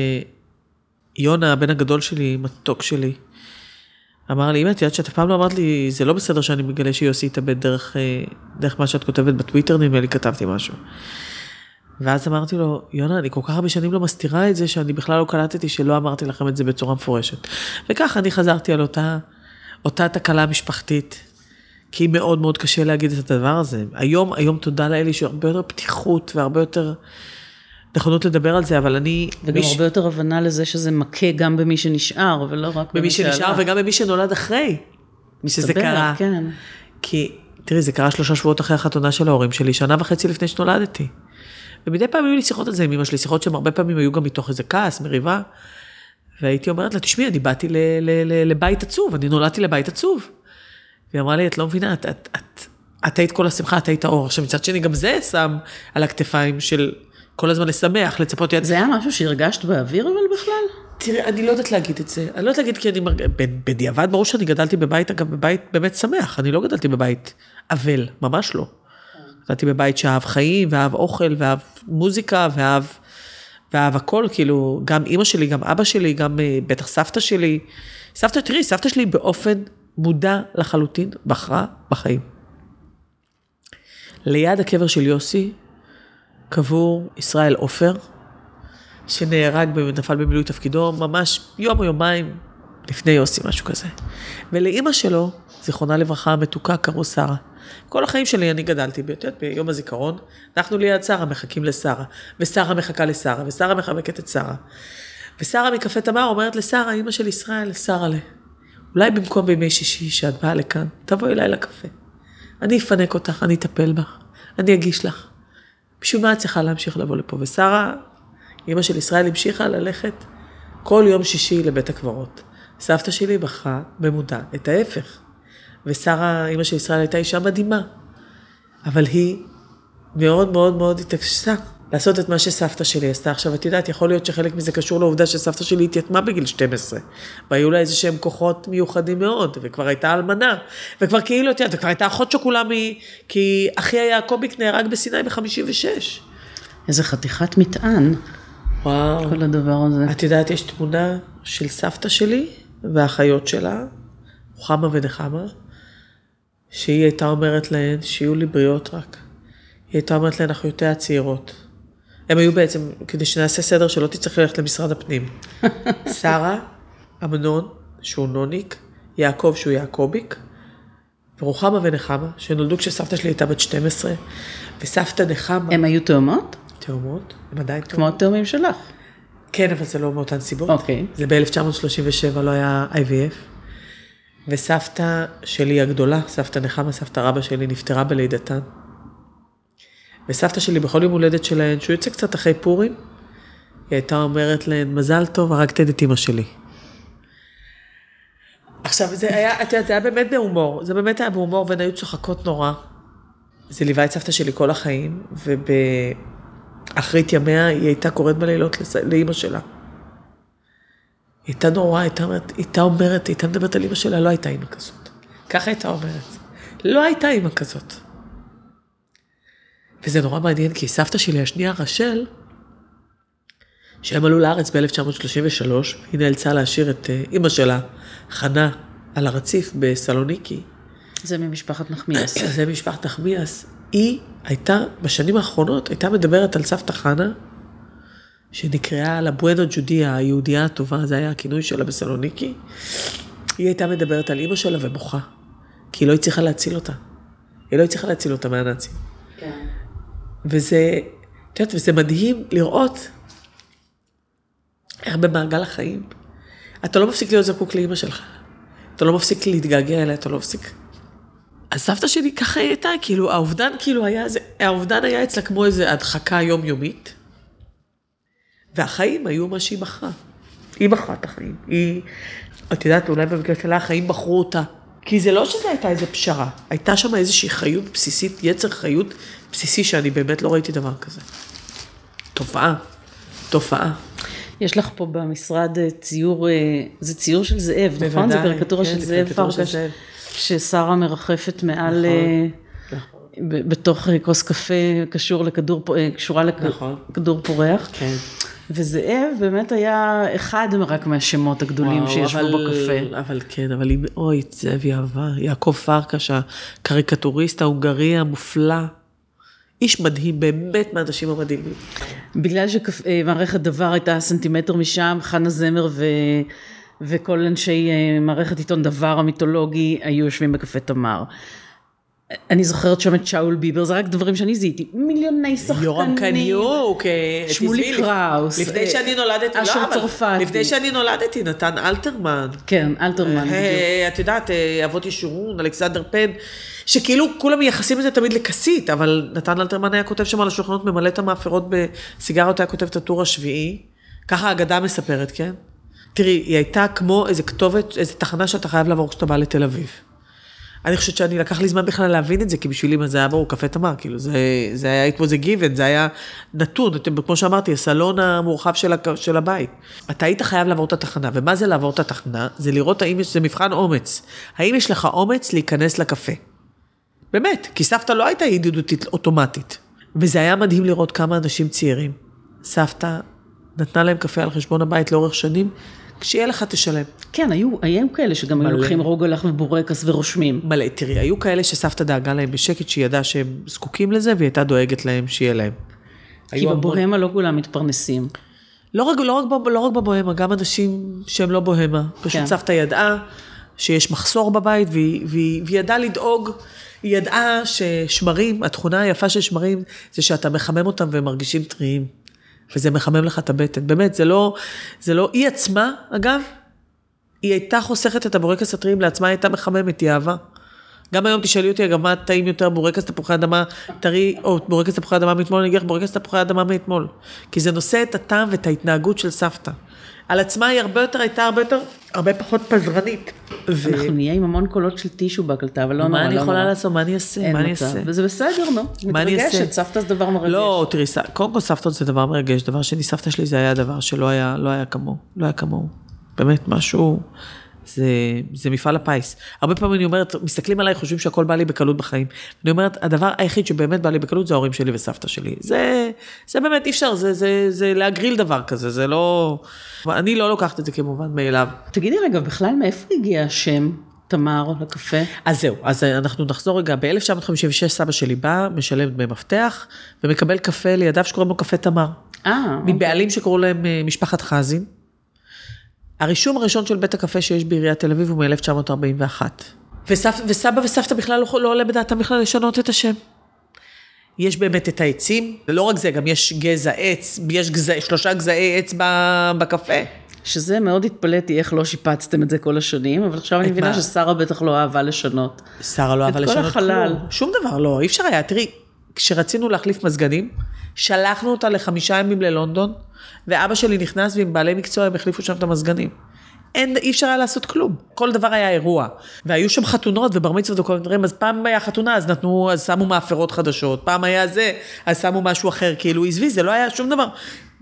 שיונה, הבן הגדול שלי, מתוק שלי, אמר לי, אמא, את יודעת שאת פעם לא אמרת לי, זה לא בסדר שאני מגלה שיוסי יתאבד דרך, דרך מה שאת כותבת בטוויטר, נראה לי כתבתי משהו. ואז אמרתי לו, יונה, אני כל כך הרבה שנים לא מסתירה את זה, שאני בכלל לא קלטתי שלא אמרתי לכם את זה בצורה מפורשת. וכך אני חזרתי על אותה, אותה תקלה משפחתית, כי מאוד מאוד קשה להגיד את הדבר הזה. היום, היום תודה לאלי שהרבה יותר פתיחות, והרבה יותר נכונות לדבר על זה, אבל אני... וגם מיש... הרבה יותר הבנה לזה שזה מכה גם במי שנשאר, ולא רק במי שנשאר, וגם במי שנולד אחרי, שזה קרה. כן. כי, תראי, זה קרה שלושה שבועות אחרי החתונה של ההורים שלי, שנה וחצי לפני שנולדתי. ומדי פעם היו לי שיחות על זה עם אמא שלי, שיחות שהן הרבה פעמים היו גם מתוך איזה כעס, מריבה, והייתי אומרת לה, תשמעי, אני באתי ל- ל- ל- לבית עצוב, אני נולדתי לבית עצוב. והיא אמרה לי, את לא מבינה, את, את, את, את היית כל השמחה, את היית האור. עכשיו מצד שני, גם זה שם על הכתפיים של כל הזמן לשמח, לצפות יד. זה היה משהו שהרגשת באוויר אבל בכלל? תראה, אני לא יודעת להגיד את זה. אני לא יודעת להגיד כי אני מרג... בדיעבד, ברור שאני גדלתי בבית, אגב, בבית באמת שמח. אני לא גדלתי בבית אבל, ממש לא. גדלתי בבית שאהב חיים, ואהב אוכל, ואהב מוזיקה, ואהב, ואהב הכל, כאילו, גם אמא שלי, גם אבא שלי, גם בטח סבתא שלי. סבתא, תראי, סבתא שלי באופן מודע לחלוטין בחרה בחיים. ליד הקבר של יוסי, קבור ישראל עופר, שנהרג ונפל במילוי תפקידו, ממש יום או יומיים לפני יוסי, משהו כזה. ולאמא שלו, זיכרונה לברכה המתוקה, קראו שרה. כל החיים שלי אני גדלתי ביותר, ביום הזיכרון, אנחנו ליד שרה מחכים לשרה, ושרה מחכה לשרה, ושרה מחבקת את שרה. ושרה מקפה תמר אומרת לשרה, אמא של ישראל, שרה לה, אולי במקום בימי שישי שאת באה לכאן, תבואי אליי לקפה. אני אפנק אותך, אני אטפל בך, אני אגיש לך. בשביל מה את צריכה להמשיך לבוא לפה? ושרה, אמא של ישראל, המשיכה ללכת כל יום שישי לבית הקברות. סבתא שלי בחרה במודע את ההפך. ושרה, אמא של ישראל, הייתה אישה מדהימה. אבל היא מאוד מאוד מאוד התעקשה לעשות את מה שסבתא שלי עשתה. עכשיו, את יודעת, יכול להיות שחלק מזה קשור לעובדה שסבתא שלי התייתמה בגיל שתים עשרה. והיו לה איזה שהם כוחות מיוחדים מאוד, וכבר הייתה אלמנה. וכבר כאילו, את יודעת, וכבר הייתה אחות שכולה מ... כי אחי יעקוביק נהרג בסיני ב-חמישים ושש. איזה חתיכת מטען. וואו. כל הדבר הזה. את יודעת, יש תמונה של סבתא שלי והאחיות שלה, רוחמה ונחמה, שהיא הייתה אומרת להן, שיהיו לי בריאות רק. היא הייתה אומרת להן, אחיותיה הצעירות. הם היו בעצם, כדי שנעשה סדר שלא תצטרך ללכת למשרד הפנים. שרה, אמנון, שהוא נוניק, יעקב, שהוא יעקוביק, ורוחמה ונחמה, שנולדו כשסבתא שלי הייתה בת שתים עשרה, וסבתא נחמה... הם היו תאומות? תאומות, הם עדיין תאומות. כמו התאומים שלך. כן, אבל זה לא מאותן סיבות. אוקיי. זה ב-אלף תשע מאות שלושים ושבע לא היה איי וי אף. וסבתא שלי הגדולה, סבתא נחמה, סבתא רבא שלי, נפטרה בלידתן. וסבתא שלי בכל יום הולדת שלהן, שהוא יוצא קצת אחרי פורים, היא הייתה אומרת להן, מזל טוב, הרגת את אמא שלי. עכשיו, זה היה, את יודעת, זה היה באמת בהומור, זה באמת היה בהומור, והן היו צוחקות נורא. זה ליווה את סבתא שלי כל החיים, ובאחרית ימיה היא הייתה קוראת בלילות לאמא שלה. הייתה נורא, הייתה, הייתה אומרת, הייתה מדברת על אמא שלה, לא הייתה אמא כזאת. ככה הייתה אומרת. לא הייתה אמא כזאת. וזה נורא מעניין, כי סבתא שלי השנייה, רשל, שהם עלו לארץ ב-אלף תשע מאות שלושים ושלוש, היא נאלצה להשאיר את אמא שלה, חנה, על הרציף בסלוניקי. זה ממשפחת נחמיאס. זה ממשפחת נחמיאס. היא הייתה, בשנים האחרונות, הייתה מדברת על סבתא חנה, שנקראה לבואנו ג'ודיה, היהודייה הטובה, זה היה הכינוי שלה בסלוניקי. היא הייתה מדברת על אמא שלה ובוכה, כי היא לא הצליחה להציל אותה. היא לא הצליחה להציל אותה מהנאצים. כן. וזה, את יודעת, וזה מדהים לראות איך במעגל החיים. אתה לא מפסיק להיות זקוק לאמא שלך. אתה לא מפסיק להתגעגע אליה, אתה לא מפסיק. אז סבתא שלי ככה היא הייתה, כאילו, האובדן כאילו היה, האובדן היה אצלה כמו איזו הדחקה יומיומית, והחיים היו מה שהיא בחרה. היא בחרה את החיים. היא, את יודעת, אולי במקרה שלה, החיים בחרו אותה. כי זה לא שזה הייתה איזו פשרה. הייתה שם איזושהי חיות בסיסית, יצר חיות בסיסי, שאני באמת לא ראיתי דבר כזה. תופעה. תופעה. יש לך פה במשרד ציור, זה ציור של זאב, נכון? זה קריקטורה של זאב פרקש, ששרה מרחפת מעל, בתוך כוס קפה, קשורה לכדור פורח. כן. וזאב באמת היה אחד רק מהשמות הגדולים שישבו בקפה. אבל כן, אבל היא, אוי, זאב יאהבה, יעקב פרקש, הקריקטוריסט ההונגרי המופלא, איש מדהים, באמת מהאנשים המדהימים. בגלל שמערכת דבר הייתה סנטימטר משם, חנה זמר ו... וכל אנשי מערכת עיתון דבר המיתולוגי היו יושבים בקפה תמר. אני זוכרת שם את שאול ביבר, זה רק דברים שאני זיהיתי, מיליוני שחקנים. יורם קניוק, שמולי קראוס. לפני שאני נולדתי, אשר צרפתי. לפני שאני נולדתי, נתן אלתרמן. כן, אלתרמן. את יודעת, אבות ישורון, אלכסנדר פן, שכאילו כולם מייחסים את זה תמיד לקסית, אבל נתן אלתרמן היה כותב שם על השולחנות, ממלא את המאפרות בסיגריות, היה כותב את הטור השביעי. ככה האגדה מספרת, כן? תראי, היא הייתה כמו איזו כתובת, איזו תחנה שאתה חייב לעבור כשאתה בא לתל אביב. אני חושבת שאני לקח לי זמן בכלל להבין את זה, כי בשבילי מה זה היה ברור, קפה תמר, כאילו, זה, זה היה כמו זה גיוון, זה היה נתון, אתם, כמו שאמרתי, הסלון המורחב של, של הבית. אתה היית חייב לעבור את התחנה, ומה זה לעבור את התחנה? זה לראות האם יש, זה מבחן אומץ. האם יש לך אומץ להיכנס לקפה? באמת, כי סבתא לא הייתה ידידותית אוטומטית. וזה היה מדהים לראות כמה אנשים צעירים. סבתא נתנה להם קפה על חשבון הבית לאורך שנים, כשיהיה לך תשלם. כן, היו, היו כאלה שגם היו לוקחים רוגלח ובורקס ורושמים. מלא, תראי, היו כאלה שסבתא דאגה להם בשקט, שהיא ידעה שהם זקוקים לזה, והיא הייתה דואגת להם שיהיה להם. כי בבוהמה לא כולם מתפרנסים. לא רק, לא רק, לא רק בבוהמה, גם אנשים שהם לא בוהמה. פשוט כן. סבתא ידעה שיש מחסור בבית, והיא, והיא, והיא ידעה לדאוג, היא ידעה ששמרים, התכונה היפה של שמרים, זה שאתה מחמם אותם והם מרגישים טריים. וזה מחמם לך את הבטן. באמת, זה לא, זה לא, היא עצמה, אגב, היא הייתה חוסכת את הבורקס הטריים, לעצמה הייתה מחממת, היא אהבה. גם היום תשאלי אותי, אגב, מה טעים יותר בורקס תפוחי אדמה טרי, או בורקס תפוחי אדמה מאתמול, אני אגיד לך בורקס תפוחי אדמה מאתמול. כי זה נושא את הטעם ואת ההתנהגות של סבתא. על עצמה היא הרבה יותר, הייתה הרבה יותר, הרבה פחות פזרנית. אנחנו נהיה עם המון קולות של טישו בהקלטה, אבל לא נורא. מה אני יכולה לעשות? מה אני אעשה? מה אני אעשה? וזה בסדר, נו. מתרגשת, סבתא זה דבר מרגש. לא, תראי, קודם כל סבתא זה דבר מרגש. דבר שני, סבתא שלי זה היה דבר שלא היה, לא היה כמוהו. לא היה כמוהו. באמת, משהו, זה, זה מפעל הפיס. הרבה פעמים אני אומרת, מסתכלים עליי, חושבים שהכל בא לי בקלות בחיים. אני אומרת, הדבר היחיד שבאמת בא לי בקלות זה ההורים שלי וסבתא שלי. זה, זה באמת אי אפשר, זה, זה, זה להגריל דבר כזה, זה לא, אני לא לוקחת את זה כמובן מאליו. תגידי רגע, בכלל מאיפה הגיע השם תמר לקפה? אז זהו, אז אנחנו נחזור רגע, ב-אלף תשע מאות חמישים ושש סבא שלי בא, משלם דמי מפתח, ומקבל קפה לידיו שקוראים לו קפה תמר. אה, מבעלים שקראו להם משפחת חזין. הרישום הראשון של בית הקפה שיש בעיריית תל אביב הוא מ-אלף תשע מאות ארבעים ואחת. וסבא, וסבא וסבתא בכלל לא, לא עולה בדעתם בכלל לשנות את השם. יש באמת את העצים, ולא רק זה, גם יש גזע עץ, יש גזע, שלושה גזעי עץ בקפה. שזה מאוד התפלאתי איך לא שיפצתם את זה כל השנים, אבל עכשיו אני מבינה ששרה בטח לא אהבה לשנות. שרה לא אהבה לשנות כלום. שום דבר לא, אי אפשר היה. תראי, כשרצינו להחליף מזגנים, שלחנו אותה לחמישה ימים ללונדון, ואבא שלי נכנס ועם בעלי מקצוע הם החליפו שם את המזגנים. אין, אי אפשר היה לעשות כלום. כל דבר היה אירוע. והיו שם חתונות ובר מצוות וכל דברים, אז פעם היה חתונה, אז נתנו, אז שמו מאפרות חדשות. פעם היה זה, אז שמו משהו אחר, כאילו עזבי, זה לא היה שום דבר.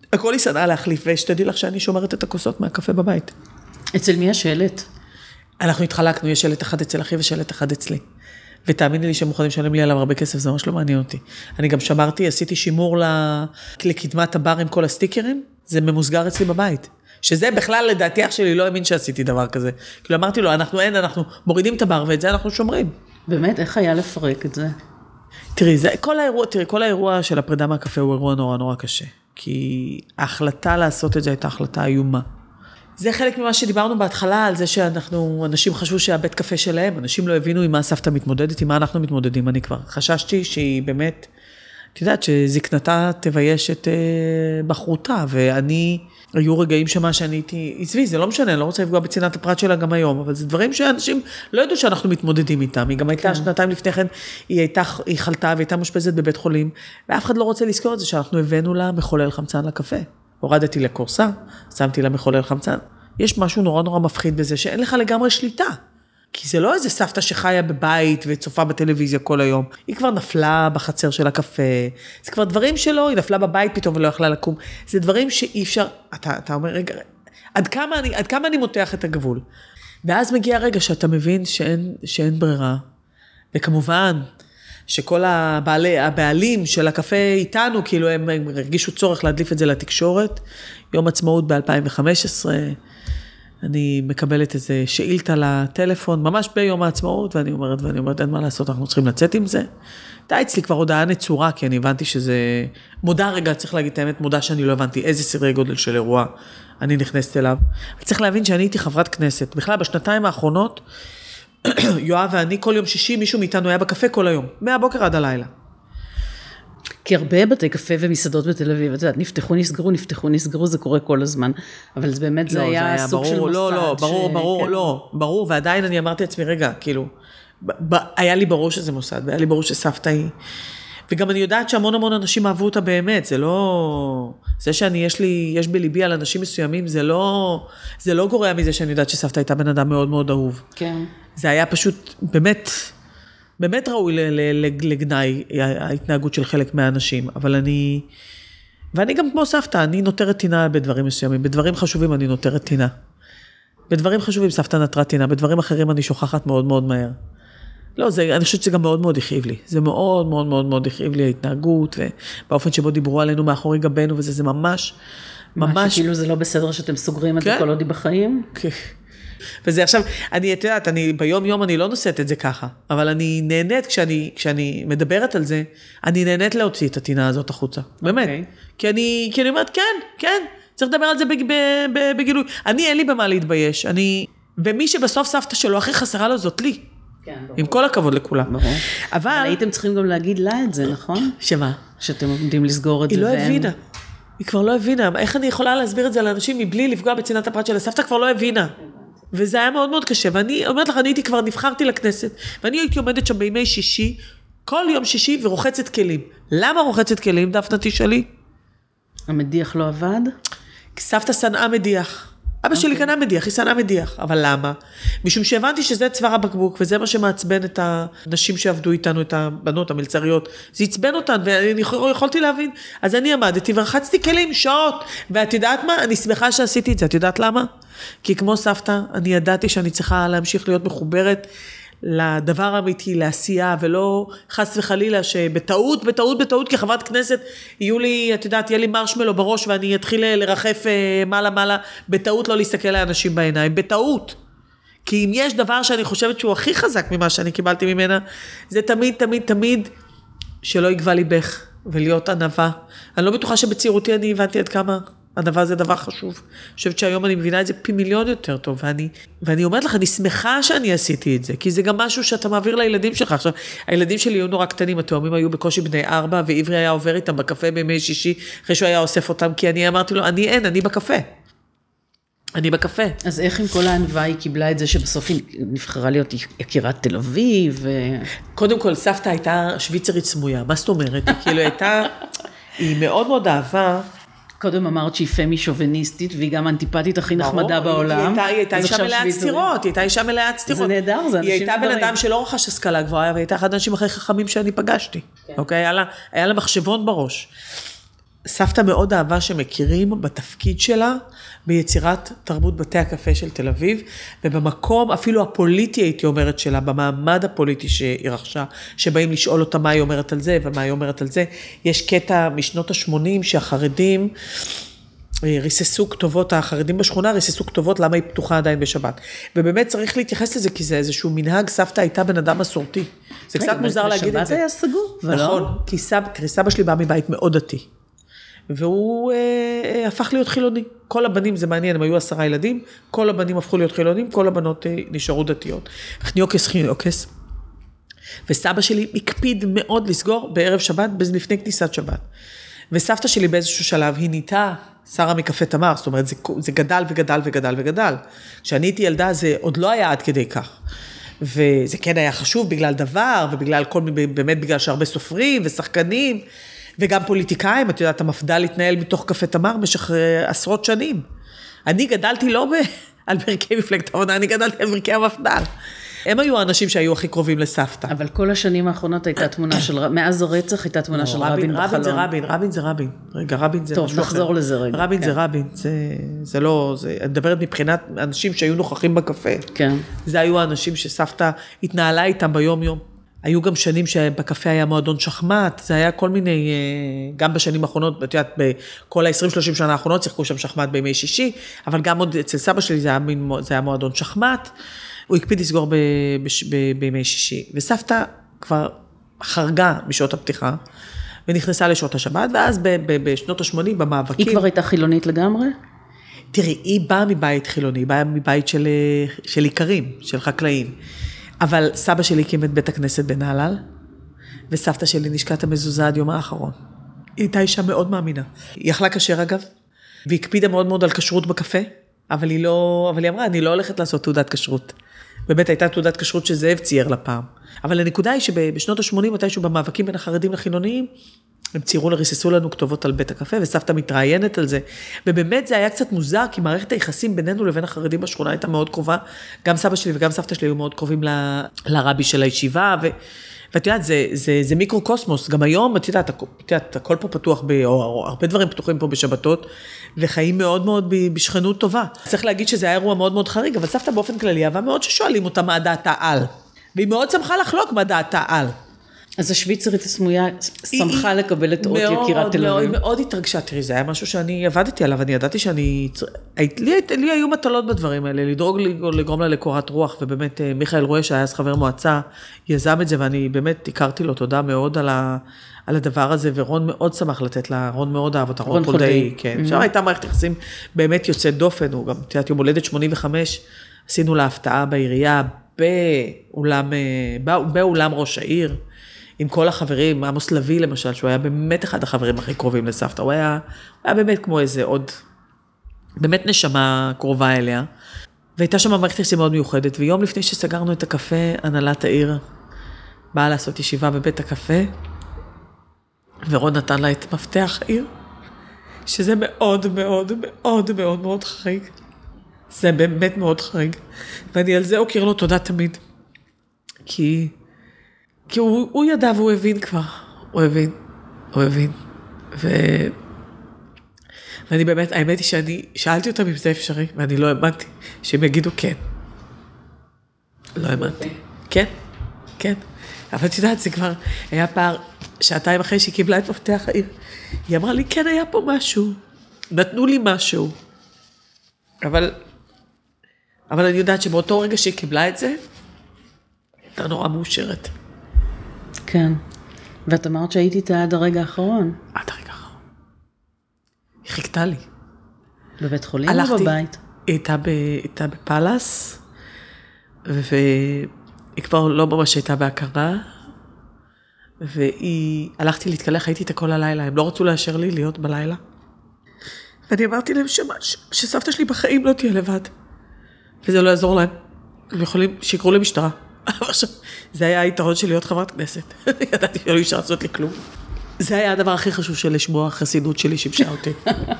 הכל היא שנאה להחליף, ושתדעי לך שאני שומרת את הכוסות מהקפה בבית. אצל מי השלט? אנחנו התחלקנו, יש שלט אחד אצל אחי ושלט אחד אצלי. ותאמיני לי שהם מוכנים לשלם לי עליו הרבה כסף, זה ממש לא מעניין אותי. אני גם שמרתי, עשיתי שימור לקדמת הבר עם כל הסטיקרים, זה ממוסגר אצלי בבית. שזה בכלל לדעתי אח שלי לא האמין שעשיתי דבר כזה. כאילו אמרתי לו, אנחנו אין, אנחנו מורידים את הבר ואת זה אנחנו שומרים. באמת, איך היה לפרק את זה? תראי, זה, כל האירוע, תראי, כל האירוע של הפרידה מהקפה הוא אירוע נורא נורא קשה. כי ההחלטה לעשות את זה הייתה החלטה איומה. זה חלק ממה שדיברנו בהתחלה, על זה שאנחנו, אנשים חשבו שהבית קפה שלהם, אנשים לא הבינו עם מה הסבתא מתמודדת, עם מה אנחנו מתמודדים. אני כבר חששתי שהיא באמת, את יודעת, שזקנתה תבייש את uh, בחרותה, ואני, היו רגעים שמה שאני הייתי, עזבי, זה לא משנה, אני לא רוצה לפגוע בצנעת הפרט שלה גם היום, אבל זה דברים שאנשים לא ידעו שאנחנו מתמודדים איתם. היא גם הייתה שנתיים לפני כן, היא הייתה, היא חלתה והייתה מושפזת בבית חולים, ואף אחד לא רוצה לזכור את זה, שאנחנו הבאנו לה מחולל חמצן לקפה. הורדתי לקורסה, שמתי לה מחולל חמצן. יש משהו נורא נורא מפחיד בזה, שאין לך לגמרי שליטה. כי זה לא איזה סבתא שחיה בבית וצופה בטלוויזיה כל היום. היא כבר נפלה בחצר של הקפה. זה כבר דברים שלו, היא נפלה בבית פתאום ולא יכלה לקום. זה דברים שאי אפשר, אתה, אתה אומר, רגע, עד כמה אני, עד כמה אני מותח את הגבול? ואז מגיע הרגע שאתה מבין שאין, שאין ברירה. וכמובן, שכל הבעלי, הבעלים של הקפה איתנו, כאילו הם, הם הרגישו צורך להדליף את זה לתקשורת. יום עצמאות ב-אלפיים וחמש עשרה, אני מקבלת איזה שאילתה לטלפון, ממש ביום העצמאות, ואני אומרת, ואני אומרת, אין מה לעשות, אנחנו צריכים לצאת עם זה. הייתה אצלי כבר הודעה נצורה, כי אני הבנתי שזה, מודע רגע, צריך להגיד את האמת, מודע שאני לא הבנתי איזה סדרי גודל של אירוע אני נכנסת אליו. צריך להבין שאני הייתי חברת כנסת. בכלל, בשנתיים האחרונות, יואב ואני כל יום שישי, מישהו מאיתנו היה בקפה כל היום, מהבוקר עד הלילה. כי הרבה בתי קפה ומסעדות בתל אביב, את יודעת, נפתחו, נסגרו, נפתחו, נסגרו, זה קורה כל הזמן. אבל זה באמת, זה היה סוג של מוסד. לא, לא, ברור, ברור, לא, ברור, ועדיין אני אמרתי לעצמי, רגע, כאילו, היה לי ברור שזה מוסד, והיה לי ברור שסבתא היא, וגם אני יודעת שהמון המון אנשים אהבו אותה באמת, זה לא, זה שאני, יש לי, יש בליבי על אנשים מסוימים, זה לא, זה לא גורע מזה שאני יודעת שסבתא הייתה בן אדם מאוד מאוד אהוב. כן. זה היה פשוט, באמת, באמת ראוי לגנאי ההתנהגות של חלק מהאנשים, אבל אני, ואני גם כמו סבתא, אני נותרת טינה בדברים מסוימים, בדברים חשובים אני נותרת טינה. בדברים חשובים סבתא נתרה טינה, בדברים אחרים אני שוכחת מאוד מאוד מהר. לא, זה, אני חושבת שזה גם מאוד מאוד הכאיב לי. זה מאוד מאוד מאוד מאוד הכאיב לי ההתנהגות, ובאופן שבו דיברו עלינו מאחורי גבנו, וזה זה ממש, ממש... כאילו זה לא בסדר שאתם סוגרים את זה כל עוד היא בחיים? כן. וזה עכשיו, אני, את יודעת, אני, ביום יום אני לא נושאת את זה ככה, אבל אני נהנית כשאני, כשאני מדברת על זה, אני נהנית להוציא את הטינה הזאת החוצה. באמת. כי אני, כי אני אומרת, כן, כן, צריך לדבר על זה בגילוי. אני, אין לי במה להתבייש. אני, ומי שבסוף סבתא שלו הכי חסרה לו זאת לי. עם כל הכבוד לכולם. אבל הייתם צריכים גם להגיד לה את זה, נכון? שמה? שאתם עומדים לסגור את זה. היא לא הבינה. היא כבר לא הבינה. איך אני יכולה להסביר את זה לאנשים מבלי לפגוע בצנעת הפרט של הסבתא? כבר לא הבינה. וזה היה מאוד מאוד קשה. ואני אומרת לך, אני הייתי כבר נבחרתי לכנסת, ואני הייתי עומדת שם בימי שישי, כל יום שישי, ורוחצת כלים. למה רוחצת כלים, דפנה תשאלי? המדיח לא עבד? סבתא שנאה מדיח. אבא שלי קנה מדיח, היא שנאה מדיח. אבל למה? משום שהבנתי שזה צוואר הבקבוק, וזה מה שמעצבן את הנשים שעבדו איתנו, את הבנות, המלצריות. זה עצבן אותן, ואני יכולתי להבין. אז אני עמדתי ורחצתי כלים שעות. ואת יודעת מה? אני שמחה שעשיתי את זה. את יודעת למה? כי כמו סבתא, אני ידעתי שאני צריכה להמשיך להיות מחוברת לדבר האמיתי, לעשייה, ולא חס וחלילה שבטעות, בטעות, בטעות, כחברת כנסת, יהיו לי, את יודעת, יהיה לי מרשמלו בראש, ואני אתחיל לרחף מעלה מעלה, בטעות לא להסתכל לענשים בעיניים, בטעות. כי אם יש דבר שאני חושבת שהוא הכי חזק ממה שאני קיבלתי ממנה, זה תמיד, תמיד, תמיד, שלא יגבה ליבך, ולהיות ענווה. אני לא בטוחה שבצעירותי אני הבנתי עד כמה הדבר זה דבר חשוב. אני חושבת שהיום אני מבינה את זה פי מיליון יותר טוב, ואני, ואני אומרת לך, אני שמחה שאני עשיתי את זה, כי זה גם משהו שאתה מעביר לילדים שלך. עכשיו, הילדים שלי היו נורא קטנים, התאומים היו בקושי בני ארבע, ועברי היה עובר איתם בקפה בימי שישי, אחרי שהוא היה אוסף אותם, כי אני אמרתי לו, אני אין, אני בקפה. אני בקפה. אז איך עם כל הענווה היא קיבלה את זה שבסוף היא נבחרה להיות יקירת תל אביב? ו... קודם כל, סבתא הייתה שוויצרית סמויה. מה זאת אומרת? היא כאילו הייתה, היא מאוד מאוד אהבה. קודם אמרת שהיא פמי שוביניסטית, והיא גם אנטיפטית הכי נחמדה בעולם. היא הייתה אישה מלאת סתירות, היא הייתה אישה מלאת סתירות. זה נהדר, זה אנשים היא הייתה בן אדם שלא רכש השכלה גבוהה, והיא הייתה אחד האנשים הכי חכמים שאני פגשתי. אוקיי? היה לה מחשבון בראש. סבתא מאוד אהבה שמכירים בתפקיד שלה, ביצירת תרבות בתי הקפה של תל אביב, ובמקום אפילו הפוליטי הייתי אומרת שלה, במעמד הפוליטי שהיא רכשה, שבאים לשאול אותה מה היא אומרת על זה, ומה היא אומרת על זה. יש קטע משנות ה-שמונים שהחרדים ריססו כתובות, החרדים בשכונה ריססו כתובות למה היא פתוחה עדיין בשבת. ובאמת צריך להתייחס לזה, כי זה איזשהו מנהג, סבתא הייתה בן אדם מסורתי. זה קצת מוזר להגיד את זה. בשבת היה סגור, ולא? נכון, כי סבא שלי בא מבית מאוד דתי. והוא אה, הפך להיות חילוני. כל הבנים, זה מעניין, הם היו עשרה ילדים, כל הבנים הפכו להיות חילונים, כל הבנות אה, נשארו דתיות. חניוקס, חניוקס. וסבא שלי הקפיד מאוד לסגור בערב שבת, לפני כניסת שבת. וסבתא שלי באיזשהו שלב, היא ניתה שרה מקפה תמר, זאת אומרת, זה, זה גדל וגדל וגדל וגדל. כשאני הייתי ילדה, זה עוד לא היה עד כדי כך. וזה כן היה חשוב בגלל דבר, ובגלל כל מיני, באמת בגלל שהרבה סופרים ושחקנים, וגם פוליטיקאים, את יודעת, המפד"ל התנהל מתוך קפה תמר במשך עשרות שנים. אני גדלתי לא ב... על ברכי מפלגת העבודה, אני גדלתי על ברכי המפד"ל. הם היו האנשים שהיו הכי קרובים לסבתא. אבל כל השנים האחרונות הייתה תמונה של, מאז הרצח הייתה תמונה של רבין בחלום. רבין זה רבין, רבין זה רבין. רגע, רבין זה משהו אחר. טוב, נחזור לזה רגע. רבין זה רבין, זה לא, אני מדברת מבחינת אנשים שהיו נוכחים בקפה. כן. זה היו האנשים שסבתא התנהלה איתם ביום יום. היו גם שנים שבקפה היה מועדון שחמט, זה היה כל מיני, גם בשנים האחרונות, את יודעת, בכל ה-עשרים שלושים שנה האחרונות, שיחקו שם שחמט בימי שישי, אבל גם עוד אצל סבא שלי זה היה, זה היה מועדון שחמט, הוא הקפיד לסגור ב, ב, ב, בימי שישי, וסבתא כבר חרגה משעות הפתיחה, ונכנסה לשעות השבת, ואז ב, ב, בשנות ה-שמונים, במאבקים. היא כבר הייתה חילונית לגמרי? תראי, היא באה מבית חילוני, היא באה מבית של, של עיקרים, של חקלאים. אבל סבא שלי הקים את בית הכנסת בנהלל, וסבתא שלי נשקעת המזוזה עד יום האחרון. היא הייתה אישה מאוד מאמינה. היא אכלה כשר אגב, והיא הקפידה מאוד מאוד על כשרות בקפה, אבל היא לא, אבל היא אמרה, אני לא הולכת לעשות תעודת כשרות. באמת הייתה תעודת כשרות שזאב צייר לפעם. אבל הנקודה היא שבשנות ה-שמונים, מתישהו במאבקים בין החרדים לחילוניים, הם ציירו, ריססו לנו כתובות על בית הקפה, וסבתא מתראיינת על זה. ובאמת זה היה קצת מוזר, כי מערכת היחסים בינינו לבין החרדים בשכונה הייתה מאוד קרובה. גם סבא שלי וגם סבתא שלי היו מאוד קרובים ל... לרבי של הישיבה, ו... ואת יודעת, זה, זה, זה מיקרו-קוסמוס. גם היום, את יודעת, את יודעת, הכל פה פתוח, ב... או, או הרבה דברים פתוחים פה בשבתות, וחיים מאוד מאוד בשכנות טובה. צריך להגיד שזה היה אירוע מאוד מאוד חריג, אבל סבתא באופן כללי, אבל מאוד ששואלים אותה מה דעתה על. והיא מאוד שמחה לחלוק מה דעתה על. אז השוויצרית הסמויה שמחה לקבל את אות יקירת תל אביב. היא מאוד התרגשה, תראי, זה היה משהו שאני עבדתי עליו, אני ידעתי שאני, לי היו מטלות בדברים האלה, לדרוג לגרום לה לקורת רוח, ובאמת מיכאל רואה שהיה אז חבר מועצה, יזם את זה, ואני באמת הכרתי לו תודה מאוד על הדבר הזה, ורון מאוד שמח לתת לה, רון מאוד אהב אותה, רון חולדאי, כן, שם הייתה מערכת יחסים באמת יוצאת דופן, הוא גם, תיאת יום הולדת שמונים וחמש, עשינו לה הפתעה בעירייה, באולם ראש העיר, עם כל החברים, עמוס לוי למשל, שהוא היה באמת אחד החברים הכי קרובים לסבתא, הוא היה, הוא היה באמת כמו איזה עוד, באמת נשמה קרובה אליה, והייתה שם מערכת יחסים מאוד מיוחדת, ויום לפני שסגרנו את הקפה, הנהלת העיר באה לעשות ישיבה בבית הקפה, ורון נתן לה את מפתח העיר, שזה מאוד מאוד מאוד מאוד מאוד חריג. זה באמת מאוד חריג. ואני על זה אוקיר לו תודה תמיד. כי... כי הוא, הוא ידע והוא הבין כבר, הוא הבין, הוא הבין, ו... ואני באמת, האמת היא שאני שאלתי אותם אם זה אפשרי, ואני לא האמנתי שהם יגידו כן. לא האמנתי. כן, כן. אבל את יודעת, זה כבר היה פער, שעתיים אחרי שהיא קיבלה את מפתח העיר, היא אמרה לי, כן, היה פה משהו, נתנו לי משהו, אבל, אבל אני יודעת שבאותו רגע שהיא קיבלה את זה, הייתה נורא מאושרת. כן. ואת אמרת שהייתי איתה עד הרגע האחרון. עד הרגע האחרון. היא חיכתה לי. בבית חולים או בבית? היא הייתה, ב, הייתה בפלס, והיא כבר לא ממש הייתה בהכרה, והיא, הלכתי להתקלח, הייתי איתה כל הלילה, הם לא רצו לאשר לי להיות בלילה. ואני אמרתי להם שמה, ש, שסבתא שלי בחיים לא תהיה לבד. וזה לא יעזור להם. הם יכולים, שיקרו למשטרה. עכשיו, זה היה היתרון של להיות חברת כנסת. ידעתי שלא אישה לעשות לי כלום. זה היה הדבר הכי חשוב של לשמוע, החסידות שלי שימשה אותי.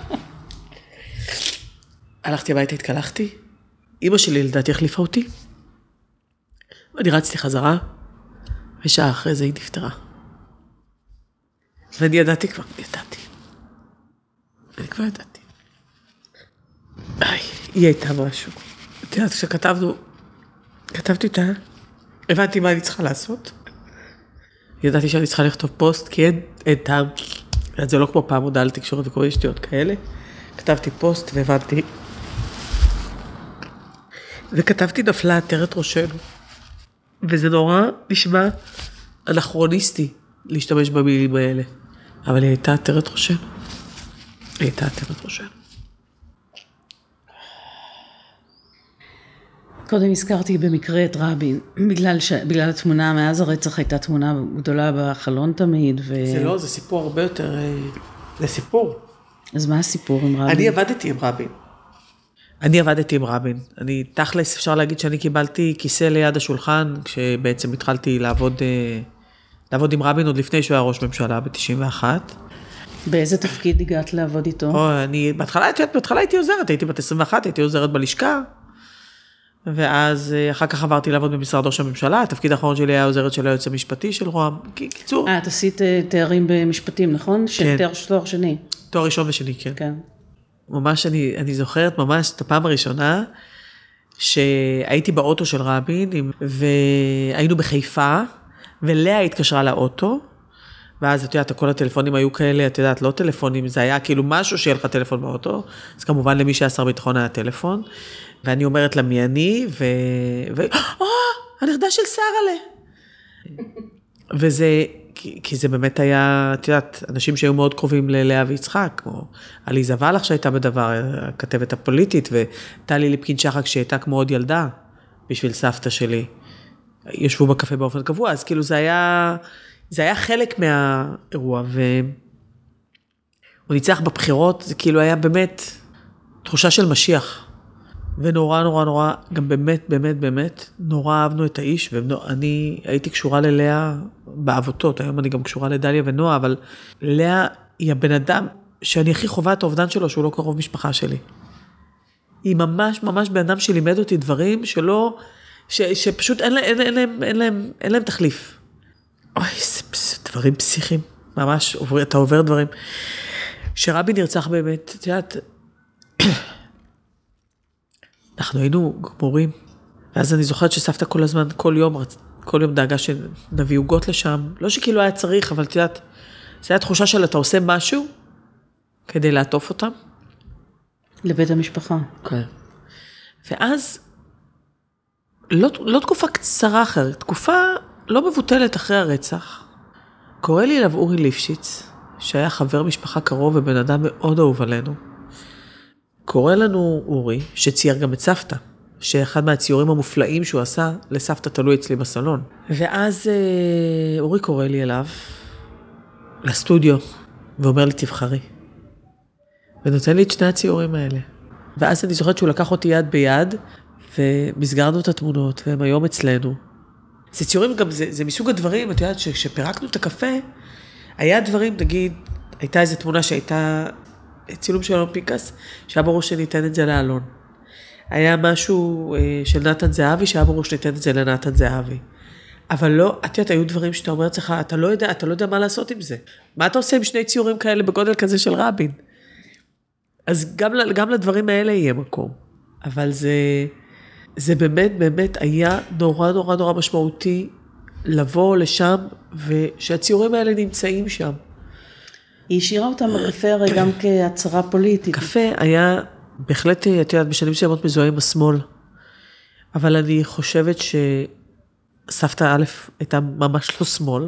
הלכתי הביתה, התקלחתי. אמא שלי לדעתי החליפה אותי. ואני רצתי חזרה, ושעה אחרי זה היא נפטרה. ואני ידעתי כבר, ידעתי. אני כבר ידעתי. איי, היא הייתה משהו. את יודעת, כשכתבנו, כתבתי אותה, הבנתי מה אני צריכה לעשות. ידעתי שאני צריכה לכתוב פוסט, כי אין, אין טעם. זה לא כמו פעם הודעה על תקשורת וכל מיני שטויות כאלה. כתבתי פוסט והבנתי. וכתבתי נפלה עטרת ראשנו. וזה נורא נשמע אנכרוניסטי להשתמש במילים האלה. אבל היא הייתה עטרת ראשנו. היא הייתה עטרת ראשנו. קודם הזכרתי במקרה את רבין, בגלל, ש... בגלל התמונה, מאז הרצח הייתה תמונה גדולה בחלון תמיד. ו... זה לא, זה סיפור הרבה יותר, זה סיפור. אז מה הסיפור עם רבין? אני עבדתי עם רבין. אני עבדתי עם רבין. אני, תכלס, אפשר להגיד שאני קיבלתי כיסא ליד השולחן, כשבעצם התחלתי לעבוד, לעבוד עם רבין עוד לפני שהוא היה ראש ממשלה ב-תשעים ואחת. באיזה תפקיד הגעת לעבוד איתו? או, אני, בהתחלה, בהתחלה הייתי עוזרת, הייתי בת עשרים ואחת, הייתי עוזרת בלשכה, ואז אחר כך עברתי לעבוד במשרד ראש הממשלה, התפקיד האחרון שלי היה עוזרת של היועץ המשפטי של רוה"מ, קיצור. אה, את עשית תארים במשפטים, נכון? כן. תואר, תואר שני. תואר ראשון ושני, כן. כן. ממש, אני, אני זוכרת ממש את הפעם הראשונה, שהייתי באוטו של רבין, והיינו בחיפה, ולאה התקשרה לאוטו, ואז את יודעת, כל הטלפונים היו כאלה, את יודעת, לא טלפונים, זה היה כאילו משהו שיהיה לך טלפון באוטו, אז כמובן למי שהיה שר ביטחון היה טלפון, ואני אומרת לה מי אני, ו... ו... או, הנכדה של שרה לה. וזה, כי, כי זה באמת היה, את יודעת, אנשים שהיו מאוד קרובים ללאה ויצחק, כמו עליזה ולך שהייתה בדבר, הכתבת הפוליטית, וטלי ליפקין שחק שהייתה כמו עוד ילדה, בשביל סבתא שלי. ישבו בקפה באופן קבוע, אז כאילו זה היה... זה היה חלק מהאירוע, והוא ניצח בבחירות, זה כאילו היה באמת תחושה של משיח, ונורא נורא נורא, גם באמת באמת באמת, נורא אהבנו את האיש, ואני הייתי קשורה ללאה באבותות, היום אני גם קשורה לדליה ונועה, אבל לאה היא הבן אדם שאני הכי חובה את האובדן שלו, שהוא לא קרוב משפחה שלי. היא ממש ממש בן אדם שלימד אותי דברים שלא, ש, שפשוט אין, אין, אין, אין, אין להם, אין להם תחליף. אוי, זה, זה דברים פסיכיים, ממש, עובר, אתה עובר דברים. שרבין נרצח באמת, את יודעת, אנחנו היינו גמורים, ואז אני זוכרת שסבתא כל הזמן, כל יום, כל יום דאגה שנביא עוגות לשם, לא שכאילו היה צריך, אבל את יודעת, זה היה תחושה של אתה עושה משהו, כדי לעטוף אותם. לבית המשפחה. כן. ואז, לא, לא תקופה קצרה אחרת, תקופה לא מבוטלת אחרי הרצח, קורא לי אליו אורי ליפשיץ, שהיה חבר משפחה קרוב ובן אדם מאוד אהוב עלינו. קורא לנו אורי, שצייר גם את סבתא, שאחד מהציורים המופלאים שהוא עשה לסבתא תלוי אצלי בסלון. ואז אורי קורא לי אליו, לסטודיו, ואומר לי תבחרי. ונותן לי את שני הציורים האלה. ואז אני זוכרת שהוא לקח אותי יד ביד, ומסגרנו את התמונות, והם היום אצלנו. זה ציורים גם, זה, זה מסוג הדברים, את יודעת, שפרקנו את הקפה, היה דברים, נגיד, הייתה איזו תמונה שהייתה צילום של אלון פיקאס, שהיה ברור שניתן את זה לאלון. היה משהו של נתן זהבי, שהיה ברור שניתן את זה לנתן זהבי. אבל לא, את יודעת, היו דברים שאתה אומר לך, אתה לא יודע, אתה לא יודע מה לעשות עם זה. מה אתה עושה עם שני ציורים כאלה בגודל כזה של רבין? אז גם, גם לדברים האלה יהיה מקום. אבל זה, זה באמת, באמת היה נורא, נורא, נורא משמעותי לבוא לשם, ושהציורים האלה נמצאים שם. היא השאירה אותם בקפה הרי גם כהצהרה פוליטית. קפה היה בהחלט, את יודעת, בשנים מסוימות מזוהה עם השמאל, אבל אני חושבת שסבתא א' הייתה ממש לא שמאל,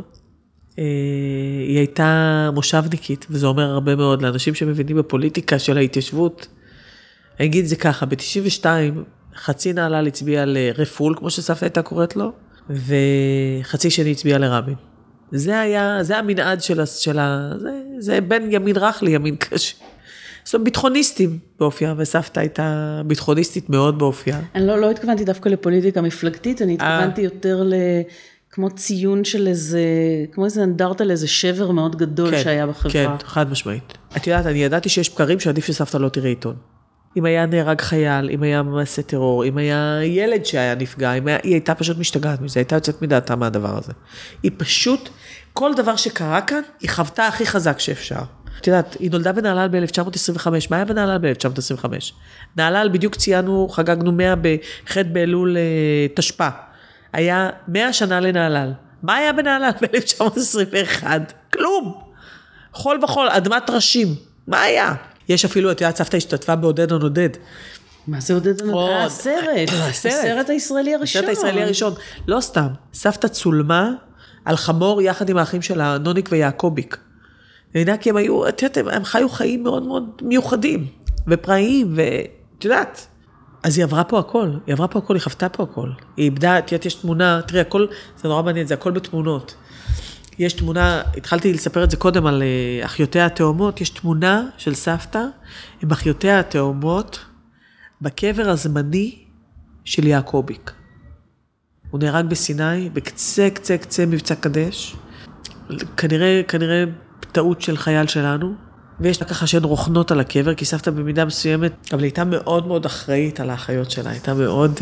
היא הייתה מושבניקית, וזה אומר הרבה מאוד לאנשים שמבינים בפוליטיקה של ההתיישבות. אני אגיד זה ככה, ב-תשעים ושתיים חצי נעלה הצביעה לרפול, כמו שסבתא הייתה קוראת לו, וחצי שני הצביעה לרבין. זה היה, זה המנעד של, של ה... זה, זה בין ימין רך לימין קשה. זאת אומרת, ביטחוניסטים באופייה, וסבתא הייתה ביטחוניסטית מאוד באופייה. אני לא, לא התכוונתי דווקא לפוליטיקה מפלגתית, אני התכוונתי יותר ל... כמו ציון של איזה, כמו איזה אנדרטה לאיזה שבר מאוד גדול כן, שהיה בחברה. כן, חד משמעית. את יודעת, אני ידעתי שיש בקרים שעדיף שסבתא לא תראה עיתון. אם היה נהרג חייל, אם היה מעשה טרור, אם היה ילד שהיה נפגע, אם היה, היא הייתה פשוט משתגעת מזה, הייתה יוצאת מדעתה מהדבר הזה. היא פשוט, כל דבר שקרה כאן, היא חוותה הכי חזק שאפשר. את יודעת, היא נולדה בנהלל ב-אלף תשע מאות עשרים וחמש, מה היה בנהלל ב-אלף תשע מאות עשרים וחמש? נהלל בדיוק ציינו, חגגנו מאה בח' באלול תשפ"א. היה מאה שנה לנהלל. מה היה בנהלל ב-אלף תשע מאות עשרים ואחת? כלום. חול וחול, אדמת ראשים. מה היה? יש אפילו, את יודעת, סבתא השתתפה בעודד הנודד. מה זה עודד הנודד? אה, הסרט. הסרט הישראלי הראשון. הסרט הישראלי הראשון. לא סתם. סבתא צולמה על חמור יחד עם האחים שלה, נוניק ויעקוביק. אני יודע, כי הם היו, את יודעת, הם חיו חיים מאוד מאוד מיוחדים, ופראיים, ואת יודעת. אז היא עברה פה הכל, היא עברה פה הכל, היא חוותה פה הכל. היא איבדה, את יודעת, יש תמונה, תראי, הכל, זה נורא מעניין, זה הכל בתמונות. יש תמונה, התחלתי לספר את זה קודם על אחיותיה התאומות, יש תמונה של סבתא, עם אחיותיה התאומות, בקבר הזמני של יעקוביק. הוא נהרג בסיני, בקצה, קצה, קצה מבצע קדש. כנראה, כנראה טעות של חייל שלנו, ויש לה ככה שהן רוכנות על הקבר, כי סבתא במידה מסוימת, אבל היא הייתה מאוד מאוד אחראית על האחיות שלה, הייתה מאוד,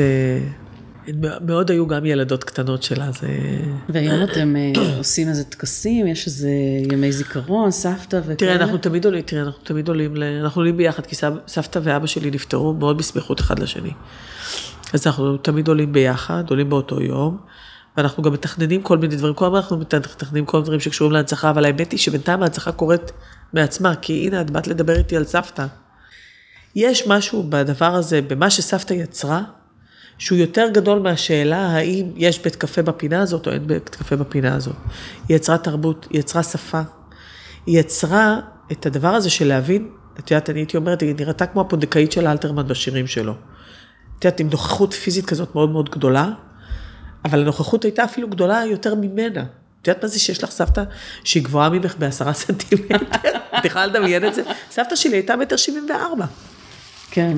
מאוד היו גם ילדות קטנות שלה. זה... והיום אתם עושים איזה טקסים, יש איזה ימי זיכרון, סבתא וכאלה? תראה, אנחנו תמיד עולים, תראה, אנחנו תמיד עולים, אנחנו עולים ביחד, כי סבתא ואבא שלי נפטרו מאוד בסמיכות אחד לשני. אז אנחנו תמיד עולים ביחד, עולים באותו יום, ואנחנו גם מתכננים כל מיני דברים, כל הזמן אנחנו מתכננים כל מיני דברים שקשורים להנצחה, אבל האמת היא שבינתיים ההנצחה קורית מעצמה, כי הנה, את באת לדבר איתי על סבתא. יש משהו בדבר הזה, במה שסבתא יצרה, שהוא יותר גדול מהשאלה, האם יש בית קפה בפינה הזאת, או אין בית קפה בפינה הזאת. היא יצרה תרבות, היא יצרה שפה, היא יצרה את הדבר הזה של להבין, את יודעת, אני הייתי אומרת, היא נראתה כמו הפונדקאית של אלתרמן בשירים שלו. את יודעת, עם נוכחות פיזית כזאת מאוד מאוד גדולה, אבל הנוכחות הייתה אפילו גדולה יותר ממנה. את יודעת מה זה שיש לך סבתא שהיא גבוהה ממך בעשרה סנטימטר? את יכולה לדמיין את זה? סבתא שלי הייתה מטר שבעים וארבע. כן.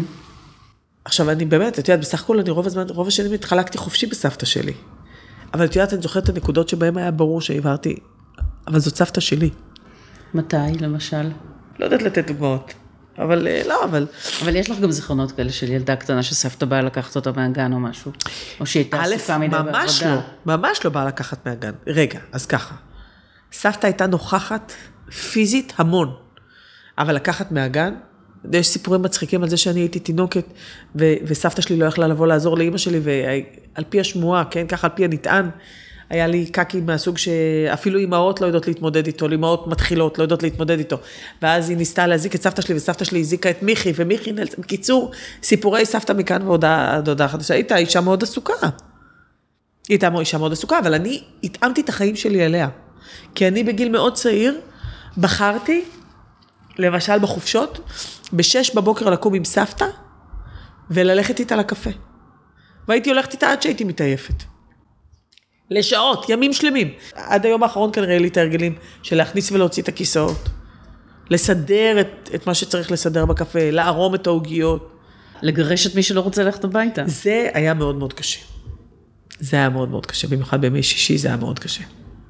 עכשיו אני באמת, את יודעת, בסך הכל אני רוב הזמן, רוב השנים התחלקתי חופשי בסבתא שלי. אבל את יודעת, אני זוכרת את הנקודות שבהן היה ברור שהעברתי, אבל זאת סבתא שלי. מתי, למשל? לא יודעת לתת דוגמאות. אבל לא, אבל... אבל יש לך גם זיכרונות כאלה של ילדה קטנה שסבתא באה לקחת אותה מהגן או משהו? או שהיא הייתה עסוקה מדי בעבודה? ממש לא, ממש לא באה לקחת מהגן. רגע, אז ככה. סבתא הייתה נוכחת פיזית המון, אבל לקחת מהגן, יש סיפורים מצחיקים על זה שאני הייתי תינוקת, ו- וסבתא שלי לא יכלה לבוא לעזור לאמא שלי, ועל פי השמועה, כן, ככה על פי הנטען, היה לי קקי מהסוג שאפילו אמהות לא יודעות להתמודד איתו, אמהות מתחילות לא יודעות להתמודד איתו. ואז היא ניסתה להזיק את סבתא שלי, וסבתא שלי הזיקה את מיכי, ומיכי נלצ... בקיצור, סיפורי סבתא מכאן ועודה חדשה, הייתה אישה מאוד עסוקה. היא הייתה אישה מאוד עסוקה, אבל אני התאמתי את החיים שלי אליה. כי אני בגיל מאוד צעיר, בחרתי, למשל בחופשות, בשש בבוקר לקום עם סבתא, וללכת איתה לקפה. והייתי הולכת איתה עד שהייתי מתעייפת. לשעות, ימים שלמים. עד היום האחרון כנראה לי את ההרגלים של להכניס ולהוציא את הכיסאות. לסדר את, את מה שצריך לסדר בקפה, לערום את העוגיות. לגרש את מי שלא רוצה ללכת הביתה. זה היה מאוד מאוד קשה. זה היה מאוד מאוד קשה. במיוחד בימי שישי זה היה מאוד קשה.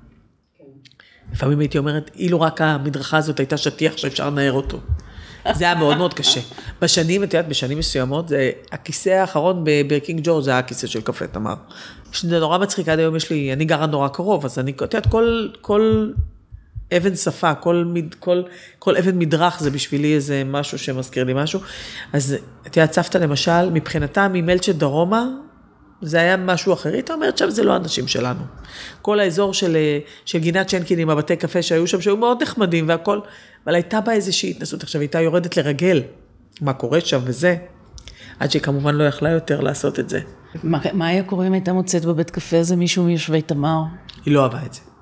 לפעמים הייתי אומרת, אילו רק המדרכה הזאת הייתה שטיח שאפשר לנער אותו. זה היה מאוד מאוד קשה. בשנים, את יודעת, בשנים מסוימות, זה, הכיסא האחרון בקינג ג'ורג' זה היה הכיסא של קפה תמר. שזה נורא מצחיק, עד היום יש לי, אני גרה נורא קרוב, אז אני, את יודעת, כל, כל אבן שפה, כל, כל, כל אבן מדרך זה בשבילי איזה משהו שמזכיר לי משהו. אז את יודעת, סבתא למשל, מבחינתה ממלצ'ט דרומה, זה היה משהו אחר. היא אומרת שם, זה לא האנשים שלנו. כל האזור של, של גינת שנקין עם הבתי קפה שהיו שם, שהיו מאוד נחמדים והכל, אבל הייתה בה איזושהי התנסות. עכשיו, הייתה יורדת לרגל מה קורה שם וזה, עד שהיא כמובן לא יכלה יותר לעשות את זה. מה, מה היה קורה אם הייתה מוצאת בבית קפה הזה מישהו מיושבי תמר? היא לא אהבה את זה.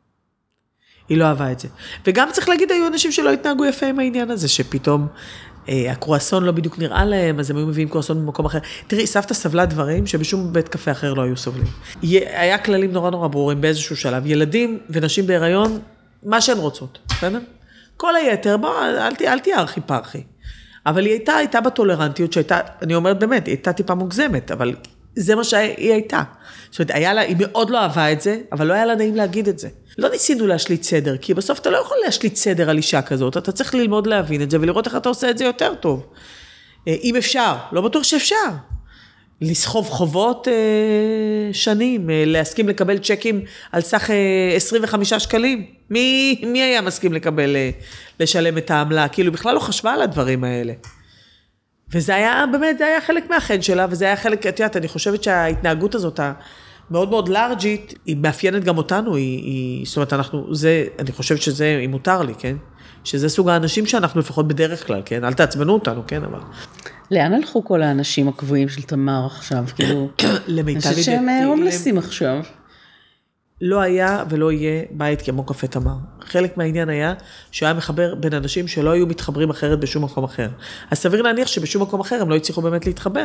היא לא אהבה את זה. וגם צריך להגיד, היו אנשים שלא התנהגו יפה עם העניין הזה, שפתאום אה, הקרואסון לא בדיוק נראה להם, אז הם היו מביאים קרואסון במקום אחר. תראי, סבתא סבלה דברים שבשום בית קפה אחר לא היו סובלים. היה כללים נורא נורא ברורים באיזשהו שלב. ילדים ונשים בהיריון, מה שהן רוצות, בסדר? כל היתר, בוא, אל, אל תהיה ארכי פרחי. אבל היא הייתה, הייתה בטולרנטיות שהייתה, אני אומרת באמת, היא הייתה טיפה מוגזמת, אבל זה מה שהיא הייתה. זאת אומרת, היה לה, היא מאוד לא אהבה את זה, אבל לא היה לה נעים להגיד את זה. לא ניסינו להשליט סדר, כי בסוף אתה לא יכול להשליט סדר על אישה כזאת, אתה צריך ללמוד להבין את זה, ולראות איך אתה עושה את זה יותר טוב. אם אפשר, לא בטוח שאפשר. לסחוב חובות אה, שנים, אה, להסכים לקבל צ'קים על סך אה, עשרים וחמישה שקלים. מי, מי היה מסכים לקבל, אה, לשלם את העמלה? כאילו, בכלל לא חשבה על הדברים האלה. וזה היה, באמת, זה היה חלק מהחן שלה, וזה היה חלק, את יודעת, אני חושבת שההתנהגות הזאת, המאוד מאוד לארג'ית, היא מאפיינת גם אותנו, היא, היא, זאת אומרת, אנחנו, זה, אני חושבת שזה, היא מותר לי, כן? שזה סוג האנשים שאנחנו לפחות בדרך כלל, כן? אל תעצבנו אותנו, כן? אבל... לאן הלכו כל האנשים הקבועים של תמר עכשיו? כאילו, אני חושבת שהם הומלסים עכשיו. לא היה ולא יהיה בית כמו קפה תמר. חלק מהעניין היה שהיה מחבר בין אנשים שלא היו מתחברים אחרת בשום מקום אחר. אז סביר להניח שבשום מקום אחר הם לא הצליחו באמת להתחבר.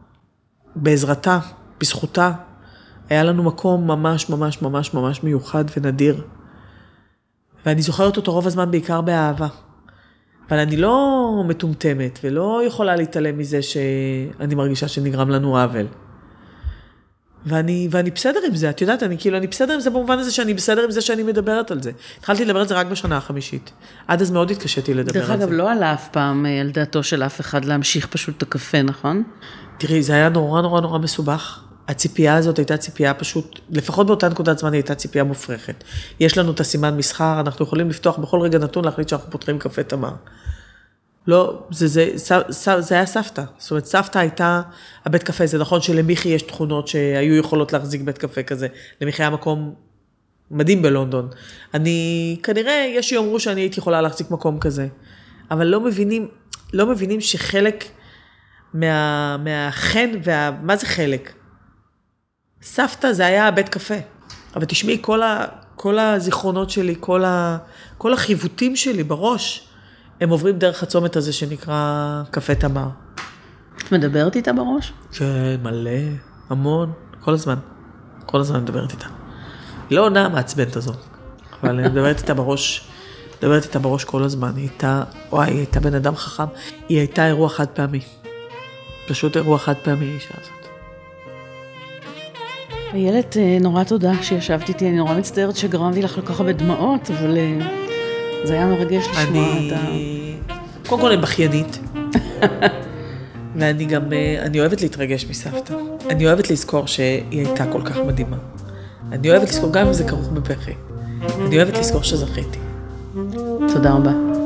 בעזרתה, בזכותה, היה לנו מקום ממש ממש ממש ממש מיוחד ונדיר. ואני זוכרת אותו רוב הזמן בעיקר באהבה. אבל אני לא מטומטמת ולא יכולה להתעלם מזה שאני מרגישה שנגרם לנו עוול. ואני, ואני בסדר עם זה, את יודעת, אני כאילו, אני בסדר עם זה במובן הזה שאני בסדר עם זה שאני מדברת על זה. התחלתי לדבר על זה רק בשנה החמישית. עד אז מאוד התקשיתי לדבר על זה. דרך אגב, לא עלה אף פעם על דעתו של אף אחד להמשיך פשוט את הקפה, נכון? תראי, זה היה נורא נורא נורא מסובך. הציפייה הזאת הייתה ציפייה פשוט, לפחות באותה נקודת זמן היא הייתה ציפייה מופרכת. יש לנו את הסימן מסחר, אנחנו יכולים לפתוח בכל רגע נתון להחליט שאנחנו פותחים קפה תמר. לא, זה, זה, זה, זה היה סבתא. זאת אומרת, סבתא הייתה, הבית קפה, זה נכון שלמיכי יש תכונות שהיו יכולות להחזיק בית קפה כזה. למיכי היה מקום מדהים בלונדון. אני, כנראה, יש שיאמרו שאני הייתי יכולה להחזיק מקום כזה. אבל לא מבינים, לא מבינים שחלק מה, מהחן, וה, מה זה חלק? סבתא זה היה הבית קפה. אבל תשמעי, כל ה, כל הזיכרונות שלי, כל ה, כל החיוותים שלי בראש, הם עוברים דרך הצומת הזה שנקרא קפה תמר. את מדברת איתה בראש? כן, מלא, המון, כל הזמן. כל הזמן מדברת איתה. היא לא עונה מעצבנת הזאת, אבל אני מדברת איתה בראש, מדברת איתה בראש כל הזמן. היא הייתה, וואי, היא הייתה בן אדם חכם. היא הייתה אירוע חד פעמי. פשוט אירוע חד פעמי, האישה הזאת. איילת, נורא תודה שישבת איתי. אני נורא מצטערת שגרמתי לך כל כך הרבה דמעות, אבל... זה היה מרגש לשמוע את ה... קודם כל אני בכיינית. ואני גם, אני אוהבת להתרגש מסבתא. אני אוהבת לזכור שהיא הייתה כל כך מדהימה. אני אוהבת לזכור גם אם זה כרוך בבכי. אני אוהבת לזכור שזכיתי. תודה רבה.